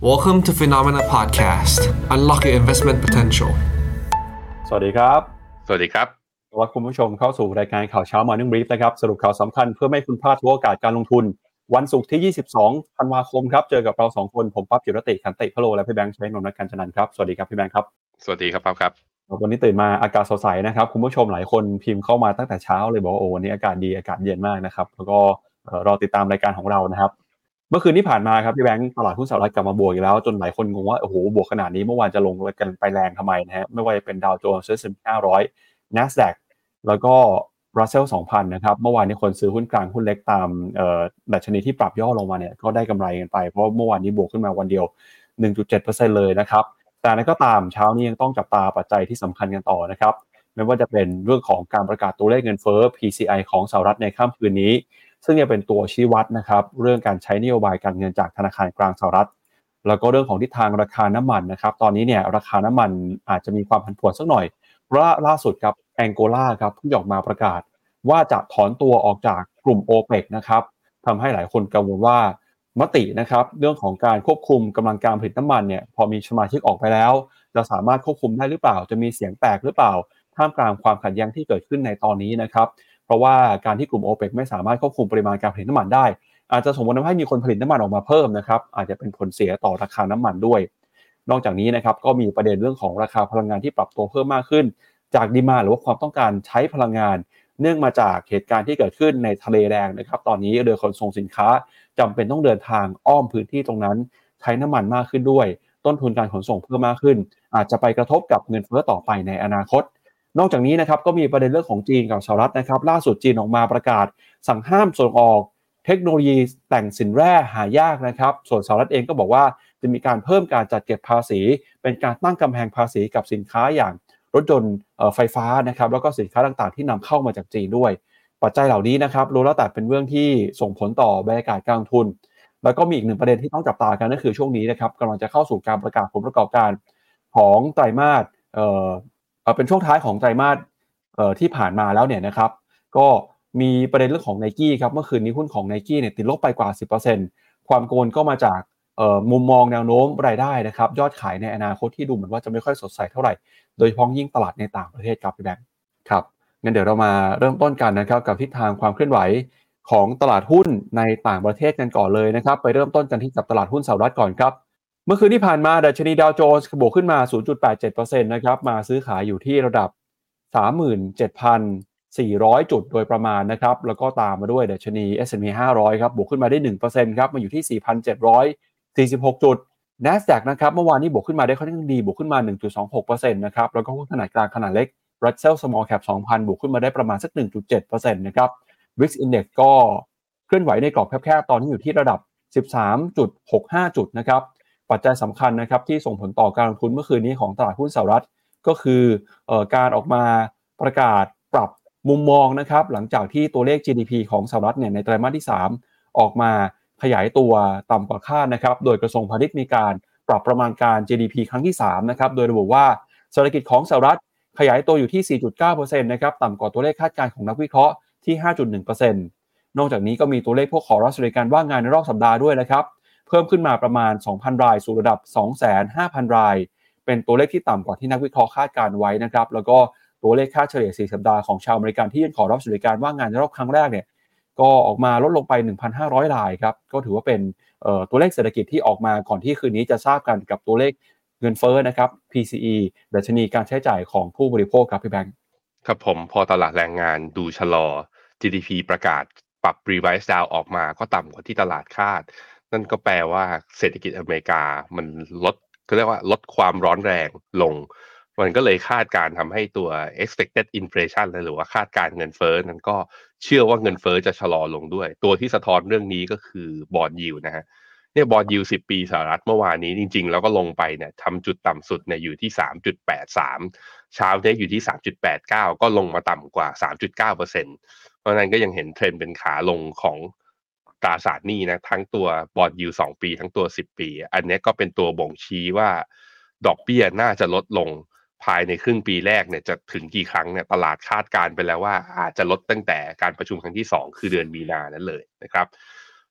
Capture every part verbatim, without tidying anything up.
Welcome to Phenomena Podcast. Unlock your investment potential. สวัสดีครับสวัสดีครับต้อนรับคุณผู้ชมเข้าสู่รายการข่าวเช้า Morning Brief นะครับสรุปข่าวสำคัญเพื่อไม่ให้คุณพลาดทุกโอกาสการลงทุนวันศุกร์ที่ยี่สิบสองธันวาคมครับเจอกับเราสองคนผมปั๊บจิรติขันติพโลและพี่แบงค์ชัยนนท์นักการจันนันท์ครับสวัสดีครับพี่แบงค์ครับสวัสดีครับปั๊บครับวันนี้ตื่นมาอากาศสดใสนะครับคุณผู้ชมหลายคนพิมพ์เข้ามาตั้งแต่เช้าเลยบอกว่าโอ้วันนี้อากาศดีอากาศเย็นมากนะครับแล้วก็รอติดตามรายการของเรานะครับเมื่อคืนที่ผ่านมาครับพี่แบงค์ตลาดหุ้นสหรัฐกลับมาบวกอีกแล้วจนหลายคนงงว่าโอ้โหบวกขนาดนี้เมื่อวานจะลงกันไปแรงทำไมนะฮะไม่ว่าจะเป็นดาวโจนส์ เอส แอนด์ พี ห้าร้อย NASDAQ แล้วก็ Russell สองพัน นะครับเมื่อวานนี้คนซื้อหุ้นกลางหุ้นเล็กตามเอ่อดัชนีที่ปรับย่อลงมาเนี่ยก็ได้กำไรกันไปเพราะเมื่อวานนี้บวกขึ้นมาวันเดียว หนึ่งจุดเจ็ดเปอร์เซ็นต์ เลยนะครับแต่นั้นก็ตามเช้านี้ยังต้องจับตาปัจจัยที่สำคัญกันต่อนะครับไม่ว่าจะเป็นเรื่องของการประกาศตัวเลขเงินเฟ้อ พี ซี ไอ ของสหรัฐในค่ำคืนนี้ซึ่งจะเป็นตัวชี้วัดนะครับเรื่องการใช้นโยบายการเงินจากธนาคารกลางสหรัฐแล้วก็เรื่องของทิศทางราคาน้ำมันนะครับตอนนี้เนี่ยราคาน้ำมันอาจจะมีความผันผวนสักหน่อยเพราะล่าสุดครับแองโกลาครับเพิ่งออกมาประกาศว่าจะถอนตัวออกจากกลุ่ม โอเปก นะครับทำให้หลายคนกังวลว่ามตินะครับเรื่องของการควบคุมกำลังการผลิตน้ำมันเนี่ยพอมีสมาชิกออกไปแล้วจะสามารถควบคุมได้หรือเปล่าจะมีเสียงแตกหรือเปล่าท่ามกลางความขัดแย้งที่เกิดขึ้นในตอนนี้นะครับเพราะว่าการที่กลุ่ม โอเปก ไม่สามารถควบคุมปริมาณการผลิตน้ำมันได้อาจจะส่งผลทำให้มีคนผลิตน้ำมันออกมาเพิ่มนะครับอาจจะเป็นผลเสียต่อราคาน้ำมันด้วยนอกจากนี้นะครับก็มีประเด็นเรื่องของราคาพลังงานที่ปรับตัวเพิ่มมากขึ้นจากดีมานด์หรือว่าความต้องการใช้พลังงานเนื่องมาจากเหตุการณ์ที่เกิดขึ้นในทะเลแดงนะครับตอนนี้เรือขนส่งสินค้าจำเป็นต้องเดินทางอ้อมพื้นที่ตรงนั้นใช้น้ำมันมากขึ้นด้วยต้นทุนการขนส่งเพิ่มมากขึ้นอาจจะไปกระทบกับเงินเฟ้อต่อไปในอนาคตนอกจากนี้นะครับก็มีประเด็นเรื่องของจีนกับสหรัฐนะครับล่าสุดจีนออกมาประกาศสั่งห้ามส่งออกเทคโนโลยีแต่งสินแร่หายากนะครับส่วนสหรัฐเองก็บอกว่าจะมีการเพิ่มการจัดเก็บภาษีเป็นการตั้งกำแพงภาษีกับสินค้าอย่างรถยนต์ไฟฟ้านะครับแล้วก็สินค้าต่างๆที่นำเข้ามาจากจีนด้วยปัจจัยเหล่านี้นะครับรู้แล้วแต่เป็นเรื่องที่ส่งผลต่อบรรยากาศการลงทุนแล้วก็มีอีกหนึ่งประเด็นที่ต้องจับตากันก็คือช่วงนี้นะครับกำลังจะเข้าสู่การประกาศผลประกอบการของไตรมาสเอ่อเอ่อเป็นช่วงท้ายของไตรมาสเอ่อที่ผ่านมาแล้วเนี่ยนะครับก็มีประเด็นเรื่องของ Nike ครับเมื่อคืนนี้หุ้นของ Nike เนี่ยติดลบไปกว่า สิบเปอร์เซ็นต์ ความกังวลก็มาจากเอ่อมุมมองแนวโน้มรายได้นะครับยอดขายในอนาคตที่ดูเหมือนว่าจะไม่ค่อยสดใสเท่าไหร่โดยเฉพาะยิ่งตลาดในต่างประเทศครับพี่แบงค์ครับงั้นเดี๋ยวเรามาเริ่มต้นกันนะครับกับทิศทางความเคลื่อนไหวของตลาดหุ้นในต่างประเทศกันก่อนเลยนะครับไปเริ่มต้นกันที่กับตลาดหุ้นสหรัฐก่อนครับเมื่อคืนที่ผ่านมาดัชนีดาวโจนส์บวกขึ้นมา ศูนย์จุดแปดเจ็ดเปอร์เซ็นต์ นะครับมาซื้อขายอยู่ที่ระดับ สามหมื่นเจ็ดพันสี่ร้อย จุดโดยประมาณนะครับแล้วก็ตามมาด้วยดัชนี เอส แอนด์ พี ห้าร้อยครับบวกขึ้นมาได้ หนึ่งเปอร์เซ็นต์ ครับมาอยู่ที่ สี่พันเจ็ดร้อยสี่สิบหก จุด NASDAQ นะครับเมื่อวานนี้บวกขึ้นมาได้ค่อนข้างดีบวกขึ้นมา หนึ่งจุดสองหกเปอร์เซ็นต์ นะครับแล้วก็หุ้นขนาดกลางขนาดเล็ก Russell Small Cap สองพัน บวกขึ้นมาได้ประมาณสัก หนึ่งจุดเจ็ดเปอร์เซ็นต์ นะครับ วี ไอ เอ็กซ์ Index ก็เคลื่อนไหวในกรอบแคบๆตอนนี้อยู่ที่ระดับ สิบสามจุดหกห้า จุดนะครับปัจจัยสำคัญนะครับที่ส่งผลต่อการลงทุนเมื่อคืนนี้ของตลาดหุ้นสหรัฐก็คือเอ่อการออกมาประกาศปรับมุมมองนะครับหลังจากที่ตัวเลข จี ดี พี ของสหรัฐเนี่ยในไตรมาสที่สามออกมาขยายตัวต่ำกว่าคาดนะครับโดยกระทรวงพาณิชย์มีการปรับประมาณการ จี ดี พี ครั้งที่สามนะครับโดยระบุว่าเศรษฐกิจของสหรัฐขยายตัวอยู่ที่ สี่จุดเก้าเปอร์เซ็นต์ นะครับต่ำกว่าตัวเลขคาดการณ์ของนักวิเคราะห์ที่ ห้าจุดหนึ่งเปอร์เซ็นต์ นอกจากนี้ก็มีตัวเลขพวกขอรับสวัสดิการว่างงานในรอบสัปดาห์ด้วยนะครับเพิ่มขึ้นมาประมาณ สองพัน รายสู่ระดับ สองแสนห้าพัน รายเป็นตัวเลขที่ต่ำกว่าที่นักวิเคราะห์คาดการณ์ไว้นะครับแล้วก็ตัวเลขค่าเฉลี่ยสี่สัปดาห์ของชาวอเมริกันที่ยื่นขอรับสวัสดิการว่างงานในรอบครั้งแรกเนี่ยก็ออกมาลดลงไป หนึ่งพันห้าร้อย รายครับก็ถือว่าเป็นเอ่อตัวเลขเศรษฐกิจที่ออกมาก่อนที่คืนนี้จะทราบกันกับตัวเลขเงินเฟ้อนะครับ พี ซี อี ดัชนีการใช้จ่ายของผู้บริโภคครับพี่แบงค์ครับผมพอตลาดแรงงานดูชะลอ จี ดี พี ประกาศปรับ revise down ออกมาก็ต่ำกว่าที่ตลาดคาดนั่นก็แปลว่าเศรษฐกิจอเมริกามันลดก็เรียกว่าลดความร้อนแรงลงมันก็เลยคาดการทำให้ตัว expected inflation หรือว่าคาดการเงินเฟ้อนั้นก็เชื่อว่าเงินเฟ้อจะชะลอลงด้วยตัวที่สะท้อนเรื่องนี้ก็คือบอนด์ยิลด์นะฮะเนี่ยบอนด์ยิลด์สิบปีสหรัฐเมื่อวานนี้จริงๆแล้วก็ลงไปเนี่ยทำจุดต่ำสุดเนี่ยอยู่ที่ สามจุดแปดสาม เช้านี้อยู่ที่ สามจุดแปดเก้า ก็ลงมาต่ำกว่า สามจุดเก้าเปอร์เซ็นต์ เพราะนั้นก็ยังเห็นเทรนด์เป็นขาลงของตราสารหนี้นะทั้งตัวบอนด์ยิลด์สองปีทั้งตัวสิบปีอันนี้ก็เป็นตัวบ่งชี้ว่าดอกเบี้ยน่าจะลดลงภายในครึ่งปีแรกเนี่ยจะถึงกี่ครั้งเนี่ยตลาดคาดการไปแล้วว่าอาจจะลดตั้งแต่การประชุมครั้งที่สองคือเดือนมีนานั้นเลยนะครับ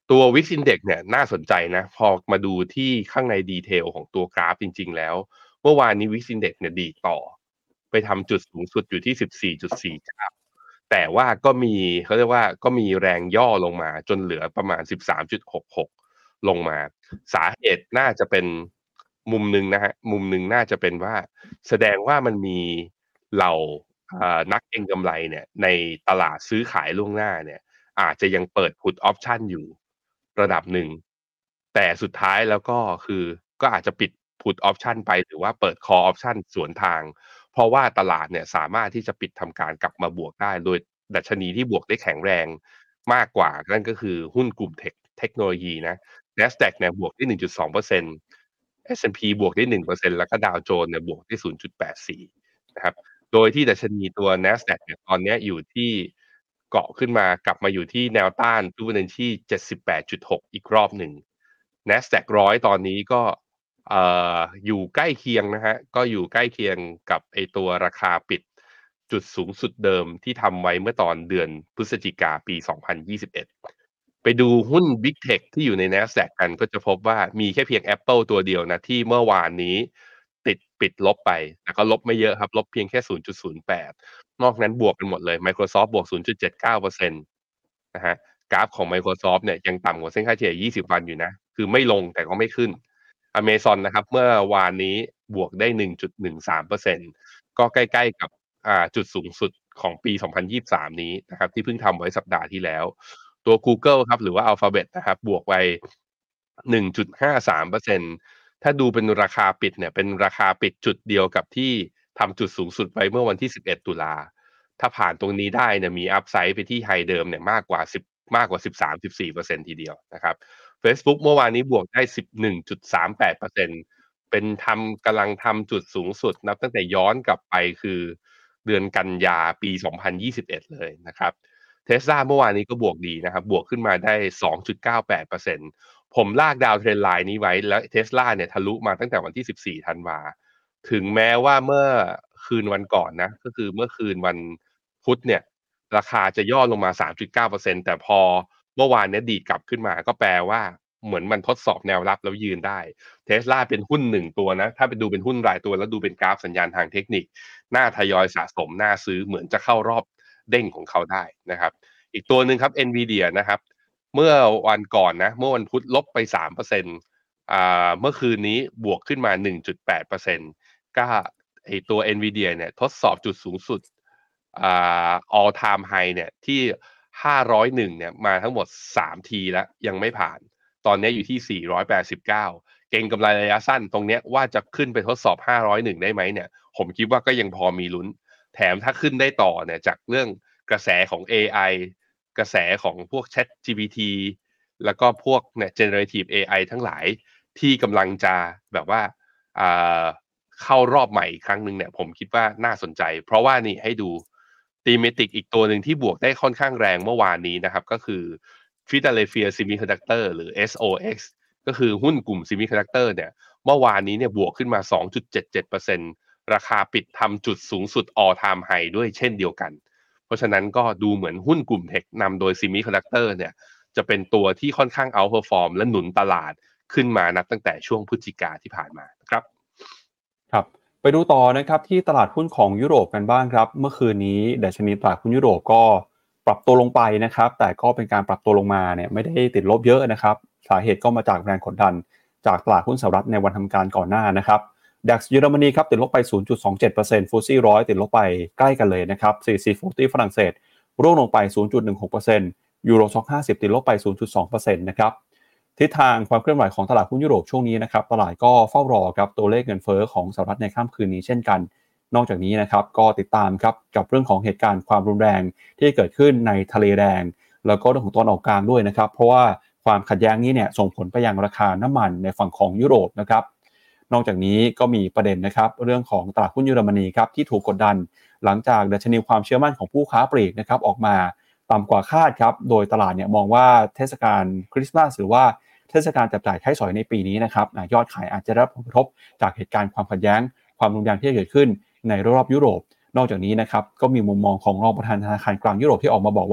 ตัว วี ไอ เอ็กซ์ Index เนี่ยน่าสนใจนะพอมาดูที่ข้างในดีเทลของตัวกราฟจริงๆแล้วเมื่อวานนี้ วี ไอ เอ็กซ์ Index เนี่ยดีดต่อไปทำจุดสูงสุดอยู่ที่ สิบสี่จุดสี่เก้า แต่ว่าก็มีเขาเรียกว่าก็มีแรงย่อลงมาจนเหลือประมาณ สิบสามจุดหกหก ลงมาสาเหตุน่าจะเป็นมุมหนึ่งนะฮะมุมหนึ่งน่าจะเป็นว่าแสดงว่ามันมีเหล่าอ่านักเก็งกำไรเนี่ยในตลาดซื้อขายล่วงหน้าเนี่ยอาจจะยังเปิด Put Option อยู่ระดับหนึ่งแต่สุดท้ายแล้วก็คือก็อาจจะปิด Put Option ไปหรือว่าเปิด Call Option สวนทางเพราะว่าตลาดเนี่ยสามารถที่จะปิดทำการกลับมาบวกได้โดยดัชนีที่บวกได้แข็งแรงมากกว่านั่นก็คือหุ้นกลุ่มเทคเทคโนโลยีนะ Nasdaq เนี่ยบวกได้ หนึ่งจุดสองเปอร์เซ็นต์ เอส แอนด์ พี บวกได้ หนึ่งเปอร์เซ็นต์ แล้วก็ Dow Jones เนี่ยบวกได้ ศูนย์จุดแปดสี่ นะครับโดยที่ดัชนีตัว Nasdaq เนี่ยตอนนี้อยู่ที่เกาะขึ้นมากลับมาอยู่ที่แนวต้าน Fibonacci เจ็ดสิบแปดจุดหก อีกรอบหนึ่ง Nasdaq หนึ่งร้อยตอนนี้ก็เอ่ออยู่ใกล้เคียงนะฮะก็อยู่ใกล้เคียงกับไอตัวราคาปิดจุดสูงสุดเดิมที่ทำไว้เมื่อตอนเดือนพฤศจิกาปีสองพันยี่สิบเอ็ดไปดูหุ้น Big Tech ที่อยู่ใน Nasdaq กันก็จะพบว่ามีแค่เพียง Apple ตัวเดียวนะที่เมื่อวานนี้ติดปิดลบไปแต่ก็ลบไม่เยอะครับลบเพียงแค่ ศูนย์จุดศูนย์แปด นอกนั้นบวกกันหมดเลย Microsoft บวก ศูนย์จุดเจ็ดเก้าเปอร์เซ็นต์ นะฮะกราฟของ Microsoft เนี่ยยังต่ำกว่าเส้นค่าเฉลี่ยยี่สิบวันอยู่นะคือไม่ลงแต่ก็ไม่ขึ้น Amazon นะครับเมื่อวานนี้บวกได้ หนึ่งจุดหนึ่งสามเปอร์เซ็นต์ ก็ใกล้ๆกับอ่าจุดสูงสุดของปีสองพันยี่สิบสามนี้นะครับที่เพิ่งทำไว้สัปดาห์ที่แล้วตัว Google ครับหรือว่า Alphabet นะครับบวกไป หนึ่งจุดห้าสามเปอร์เซ็นต์ ถ้าดูเป็นราคาปิดเนี่ยเป็นราคาปิดจุดเดียวกับที่ทำจุดสูงสุดไว้เมื่อวันที่สิบเอ็ดตุลาถ้าผ่านตรงนี้ได้เนี่ยมีอัพไซด์ไปที่ไฮเดิมเนี่ยมากกว่าสิบมากกว่า สิบสามจุดสี่เปอร์เซ็นต์ ทีเดียวนะครับ Facebook เมื่อวานนี้บวกได้ สิบเอ็ดจุดสามแปดเปอร์เซ็นต์ เป็นทำกำลังทำจุดสูงสุดนับตั้งแต่ย้อนกลับไปคือเดือนกันยาปีสองพันยี่สิบเอ็ดเลยนะครับ Tesla เมื่อวานนี้ก็บวกดีนะครับบวกขึ้นมาได้ สองจุดเก้าแปดเปอร์เซ็นต์ ผมลากดาวเทรนไลน์นี้ไว้แล้ว Tesla เนี่ยทะลุมาตั้งแต่วันที่สิบสี่ธันวาถึงแม้ว่าเมื่อคืนวันก่อนนะก็คือเมื่อคืนวันพุธเนี่ยราคาจะย่อลงมา สามจุดเก้าเปอร์เซ็นต์ แต่พอเมื่อวานเนี้ดีดกลับขึ้นมาก็แปลว่าเหมือนมันทดสอบแนวรับแล้วยืนได้ Tesla เป็นหุ้นหนึ่งตัวนะถ้าไปดูเป็นหุ้นรายตัวแล้วดูเป็นกราฟสัญญาณทางเทคนิคน่าทยอยสะสมน่าซื้อเหมือนจะเข้ารอบเด้งของเขาได้นะครับอีกตัวหนึ่งครับ Nvidia นะครับเมื่อวันก่อนนะเมื่อวันพุธลบไป สามเปอร์เซ็นต์ อ่าเมื่อคืนนี้บวกขึ้นมา หนึ่งจุดแปดเปอร์เซ็นต์ ก็ไอตัว Nvidia เนี่ยทดสอบจุดสูงสุดอ่า all time high เนี่ยที่ห้าร้อยเอ็ดเนี่ยมาทั้งหมดสามทีแล้วยังไม่ผ่านตอนนี้อยู่ที่สี่ร้อยแปดสิบเก้าเก็งกำไรระยะสั้นตรงเนี้ยว่าจะขึ้นไปทดสอบห้าร้อยเอ็ดได้ไหมเนี่ยผมคิดว่าก็ยังพอมีลุ้นแถมถ้าขึ้นได้ต่อเนี่ยจากเรื่องกระแสของ เอ ไอ กระแสของพวก Chat จี พี ที แล้วก็พวกเนี่ย generative เอ ไอ ทั้งหลายที่กำลังจะแบบว่าอ่าเข้ารอบใหม่อีกครั้งหนึ่งเนี่ยผมคิดว่าน่าสนใจเพราะว่านี่ให้ดูธีมติกอีกตัวหนึ่งที่บวกได้ค่อนข้างแรงเมื่อวานนี้นะครับก็คือ Philadelphia Semiconductor หรือ เอส โอ เอ็กซ์ ก็คือหุ้นกลุ่ม Semiconductor เนี่ยเมื่อวานนี้เนี่ยบวกขึ้นมา สองจุดเจ็ดเจ็ดเปอร์เซ็นต์ ราคาปิดทำจุดสูงสุด all time high ด้วยเช่นเดียวกันเพราะฉะนั้นก็ดูเหมือนหุ้นกลุ่มเทคนำโดย Semiconductor เนี่ยจะเป็นตัวที่ค่อนข้าง outperform และหนุนตลาดขึ้นมานับตั้งแต่ช่วงพฤศจิกาที่ผ่านมาครับครับไปดูต่อนะครับที่ตลาดหุ้นของยุโรปกันบ้างครับเมื่อคืนนี้ดัชนีตลาดหุ้นยุโรปก็ปรับตัวลงไปนะครับแต่ก็เป็นการปรับตัวลงมาเนี่ยไม่ได้ติดลบเยอะนะครับสาเหตุก็มาจากแรงกดดันจากตลาดหุ้นสหรัฐในวันทำการก่อนหน้านะครับ ดัค เยอรมนีครับติดลบไป ศูนย์จุดสองเจ็ดเปอร์เซ็นต์ ฟุตซี่หนึ่งร้อยติดลบไปใกล้กันเลยนะครับ ซี ซี สี่สิบ ฝรั่งเศสร่วงลงไป ศูนย์จุดหนึ่งหกเปอร์เซ็นต์ ยูโรซ็อก ห้าสิบติดลบไป ศูนย์จุดสองเปอร์เซ็นต์ นะครับทิศทางความเคลื่อนไหวของตลาดหุ้นยุโรปช่วงนี้นะครับตลาดก็เฝ้ารอครับตัวเลขเงินเฟ้อของสหรัฐในค่ำคืนนี้เช่นกันนอกจากนี้นะครับก็ติดตามครับกับเรื่องของเหตุการณ์ความรุนแรงที่เกิดขึ้นในทะเลแดงแล้วก็เรื่องของตอนออกกลางด้วยนะครับเพราะว่าความขัดแย้งนี้เนี่ยส่งผลไปยังราคาน้ำมันในฝั่งของยุโรปนะครับนอกจากนี้ก็มีประเด็นนะครับเรื่องของตลาดหุ้นเยอรมนีครับที่ถูกกดดันหลังจากดัชนีความเชื่อมั่นของผู้ค้าปลีกนะครับออกมาต่ำกว่าคาดครับโดยตลาดเนี่ยมองว่าเทศกาลคริสต์มาสหรือว่าเทศกาลจับจ่ายใช้สอยในปีนี้นะครับยอดขายอาจจะได้รับผลกระทบจากเหตุการณ์ความขัดแย้งความรุนแรงที่เกิดขึ้นในรอบยุโรปนอกจากนี้นะครับก็มีมุมมองของรองประธานธนาคารกลางยุโรปที่ออกมาบอกว่า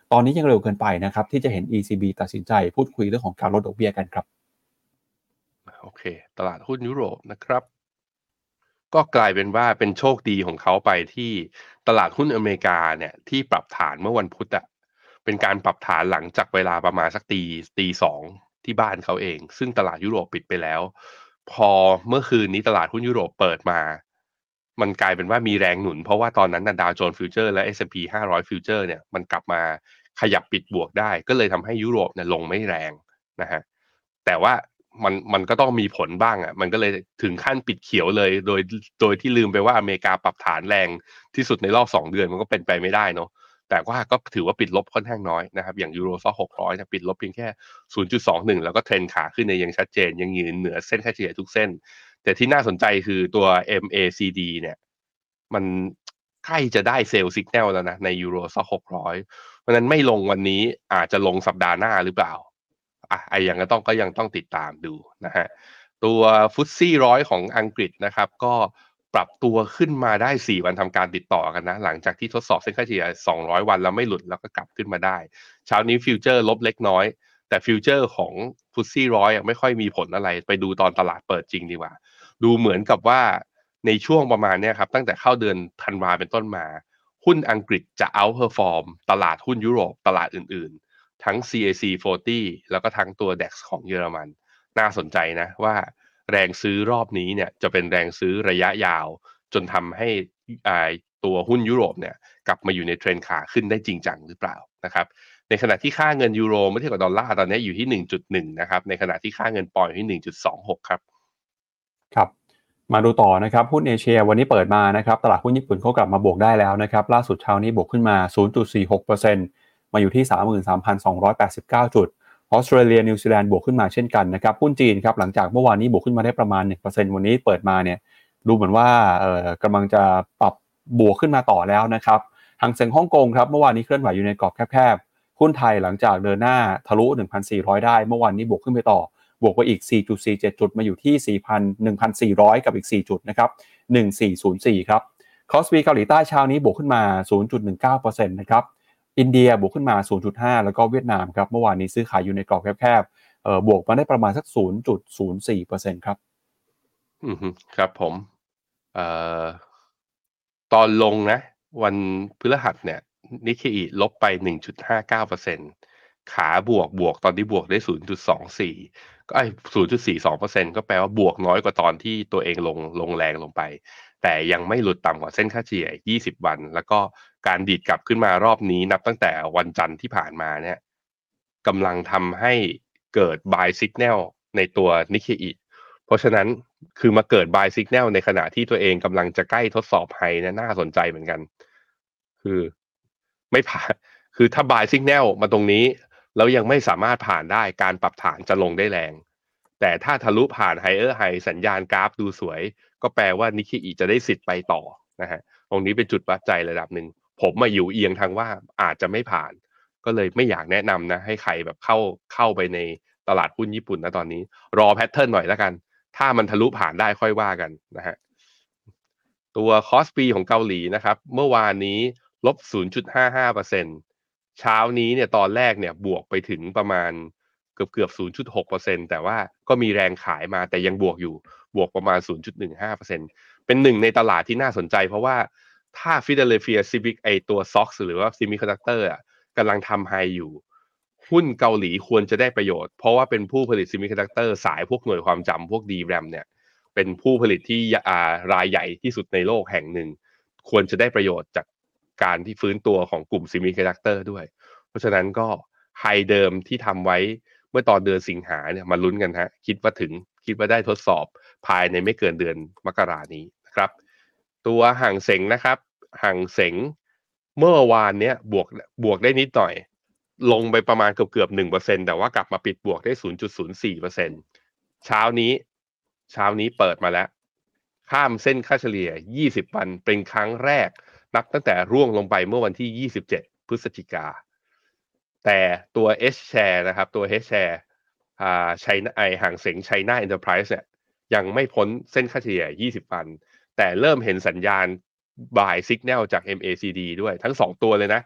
ตอนนี้ยังเร็วเกินไปนะครับที่จะเห็น อี ซี บี ตัดสินใจพูดคุยเรื่องของการลดดอกเบี้ยกันครับโอเคตลาดหุ้นยุโรปนะครับก็กลายเป็นว่าเป็นโชคดีของเขาไปที่ตลาดหุ้นอเมริกาเนี่ยที่ปรับฐานเมื่อวันพุธอะเป็นการปรับฐานหลังจากเวลาประมาณสักตีตีสองที่บ้านเขาเองซึ่งตลาดยุโรปปิดไปแล้วพอเมื่อคืนนี้ตลาดหุ้นยุโรปเปิดมามันกลายเป็นว่ามีแรงหนุนเพราะว่าตอนนั้นดาวโจนส์ฟิวเจอร์และ เอส แอนด์ พี ห้าร้อยฟิวเจอร์เนี่ยมันกลับมาขยับปิดบวกได้ก็เลยทำให้ยุโรปเนี่ยลงไม่แรงนะฮะแต่ว่ามันมันก็ต้องมีผลบ้างอ่ะมันก็เลยถึงขั้นปิดเขียวเลยโดยโดยที่ลืมไปว่าอเมริกาปรับฐานแรงที่สุดในรอบสองเดือนมันก็เป็นไปไม่ได้เนาะแต่ว่าก็ถือว่าปิดลบค่อนข้างน้อยนะครับอย่างยูโรซ็อกหกร้อยเนี่ยปิดลบเพียงแค่ ศูนย์จุดสองหนึ่ง แล้วก็เทรนขาขึ้นเนี่ยยังชัดเจนยังยืนเหนือเส้นค่าเฉลี่ยทุกเส้นแต่ที่น่าสนใจคือตัว เอ็ม เอ ซี ดี เนี่ยมันใกล้จะได้เซลล์สิกแนลแล้วนะในยูโรซ็อกหกร้อยเพราะฉะนั้นไม่ลงวันนี้อาจจะลงสัปดาห์หน้าหรือเปล่าอ่ะไอ้ยังก็ต้องก็ยังต้องติดตามดูนะฮะตัวฟุตซี่ร้อยของอังกฤษนะครับก็ปรับตัวขึ้นมาได้สี่วันทำการติดต่อกันนะหลังจากที่ทดสอบเส้นค่าเฉลี่ยสองร้อยวันแล้วไม่หลุดแล้วก็กลับขึ้นมาได้เช้านี้ฟิวเจอร์ลบเล็กน้อยแต่ฟิวเจอร์ของฟุตซี่ร้อยไม่ค่อยมีผลอะไรไปดูตอนตลาดเปิดจริงดีกว่าดูเหมือนกับว่าในช่วงประมาณนี้ครับตั้งแต่เข้าเดือนธันวาเป็นต้นมาหุ้นอังกฤษจะ outperform ตลาดหุ้นยุโรปตลาดอื่นๆทั้ง ซี เอ ซี สี่สิบแล้วก็ทั้งตัว ดัค ของเยอรมันน่าสนใจนะว่าแรงซื้อรอบนี้เนี่ยจะเป็นแรงซื้อระยะยาวจนทำให้ตัวหุ้นยุโรปเนี่ยกลับมาอยู่ในเทรนขาขึ้นได้จริงจังหรือเปล่านะครับในขณะที่ค่าเงินยูโรเมื่อเทียบกับดอลลาร์ตอนนี้อยู่ที่ หนึ่งจุดหนึ่ง นะครับในขณะที่ค่าเงินปอนด์อยู่ที่ หนึ่งจุดสองหก ครับครับมาดูต่อนะครับหุ้นเอเชียวันนี้เปิดมานะครับตลาดหุ้นญี่ปุ่นเขากลับมาบวกได้แล้วนะครับล่าสุดเช้านี้บวกขึ้นมา ศูนย์จุดสี่หกเปอร์เซ็นต์ มาอยู่ที่ สามหมื่นสามพันสองร้อยแปดสิบเก้า จุดออสเตรเลียนิวซีแลนด์บวกขึ้นมาเช่นกันนะครับหุ้นจีนครับหลังจากเมื่อวานนี้บวกขึ้นมาได้ประมาณ หนึ่งเปอร์เซ็นต์ วันนี้เปิดมาเนี่ยดูเหมือนว่าเอ่อกำลังจะปรับบวกขึ้นมาต่อแล้วนะครับหางเส็งฮ่องกงครับเมื่อวานนี้เคลื่อนไหวอยู่ในกรอบแคบๆหุ้นไทยหลังจากเดินหน้าทะลุ หนึ่งพันสี่ร้อย ได้เมื่อวานนี้บวกขึ้นไปต่อบวกไปอีก สี่จุดสี่เจ็ด จุดมาอยู่ที่ สี่พันหนึ่งพันสี่ร้อย กับอีกสี่จุดนะครับหนึ่งพันสี่ร้อยสี่ครับคอสปีเกาหลีใต้เช้านี้บวกขึ้นมา ศูนย์จุดหนึ่งเก้าเปอร์เซ็นต์ นะครับอินเดียบวกขึ้นมา ศูนย์จุดห้า แล้วก็เวียดนามครับเมื่อวานนี้ซื้อขายอยู่ในกรอบแคบๆเอ่อบวกมาได้ประมาณสัก ศูนย์จุดศูนย์สี่เปอร์เซ็นต์ ครับอือฮึครับผมเอ่อตอนลงนะวันพฤหัสเนี่ยนิเคอิลบไป หนึ่งจุดห้าเก้าเปอร์เซ็นต์ ขาบวกบวกตอนนี้บวกได้ ศูนย์จุดสองสี่ ก็ไอ้ ศูนย์จุดสี่สองเปอร์เซ็นต์ ก็แปลว่าบวกน้อยกว่าตอนที่ตัวเองลงลงแรงลงไปแต่ยังไม่หลุดต่ำกว่าเส้นค่าเฉลี่ยยี่สิบวันแล้วก็การดีดกลับขึ้นมารอบนี้นับตั้งแต่วันจันทร์ที่ผ่านมาเนี่ยกำลังทำให้เกิด buy signal ในตัวนิเคอิเพราะฉะนั้นคือมาเกิด buy signal ในขณะที่ตัวเองกำลังจะใกล้ทดสอบไฮเนี่ยน่าสนใจเหมือนกันคือไม่ผ่านคือถ้า buy signal มาตรงนี้แล้วยังไม่สามารถผ่านได้การปรับฐานจะลงได้แรงแต่ถ้าทะลุผ่าน higher high สัญญาณกราฟดูสวยก็แปลว่านิเคอิจะได้สิทธิ์ไปต่อนะฮะตรงนี้เป็นจุดวัดใจระดับหนึ่งผมมาอยู่เอียงทางว่าอาจจะไม่ผ่านก็เลยไม่อยากแนะนำนะให้ใครแบบเข้าเข้าไปในตลาดหุ้นญี่ปุ่นนะตอนนี้รอแพทเทิร์นหน่อยแล้วกันถ้ามันทะลุผ่านได้ค่อยว่ากันนะฮะตัวคอสปีของเกาหลีนะครับเมื่อวานนี้ลบ ศูนย์จุดห้าห้าเปอร์เซ็นต์ เช้านี้เนี่ยตอนแรกเนี่ยบวกไปถึงประมาณเกือบเกือบ ศูนย์จุดหกเปอร์เซ็นต์ แต่ว่าก็มีแรงขายมาแต่ยังบวกอยู่บวกประมาณ ศูนย์จุดหนึ่งห้าเปอร์เซ็นต์ เป็นหนึ่งในตลาดที่น่าสนใจเพราะว่าถ้า Philadelphia Civic ไอตัว เอส โอ เอ็กซ์ หรือว่า Semiconductor อ่ะกำลังทำไฮอยู่หุ้นเกาหลีควรจะได้ประโยชน์เพราะว่าเป็นผู้ผลิต Semiconductor สายพวกหน่วยความจำพวก ดี แรม เนี่ยเป็นผู้ผลิตที่รายใหญ่ที่สุดในโลกแห่งหนึ่งควรจะได้ประโยชน์จากการที่ฟื้นตัวของกลุ่ม Semiconductor ด้วยเพราะฉะนั้นก็ไฮเดิมที่ทำไว้เมื่อตอนเดือนสิงหาเนี่ยมาลุ้นกันฮะคิดว่าถึงคิดว่าได้ทดสอบภายในไม่เกินเดือนมกรานี้นะครับตัวห่างเส็งนะครับห่างเส็งเมื่อวานเนี้ยบวกบวกได้นิดหน่อยลงไปประมาณเกือบเกือบ หนึ่งเปอร์เซ็นต์ แต่ว่ากลับมาปิดบวกได้ ศูนย์จุดศูนย์สี่เปอร์เซ็นต์ เช้านี้เช้านี้เปิดมาแล้วข้ามเส้นค่าเฉลี่ยยี่สิบวันเป็นครั้งแรกนับตั้งแต่ร่วงลงไปเมื่อวันที่ยี่สิบเจ็ดพฤศจิกาแต่ตัว H share นะครับตัว H share อ่าไชน่าไอห่างเส็ง China Enterprise เนี่ยยังไม่พ้นเส้นค่าเฉลี่ยยี่สิบวันแต่เริ่มเห็นสัญญาณ buy signal จาก เอ็ม เอ ซี ดี ด้วยทั้งสองตัวเลยนะ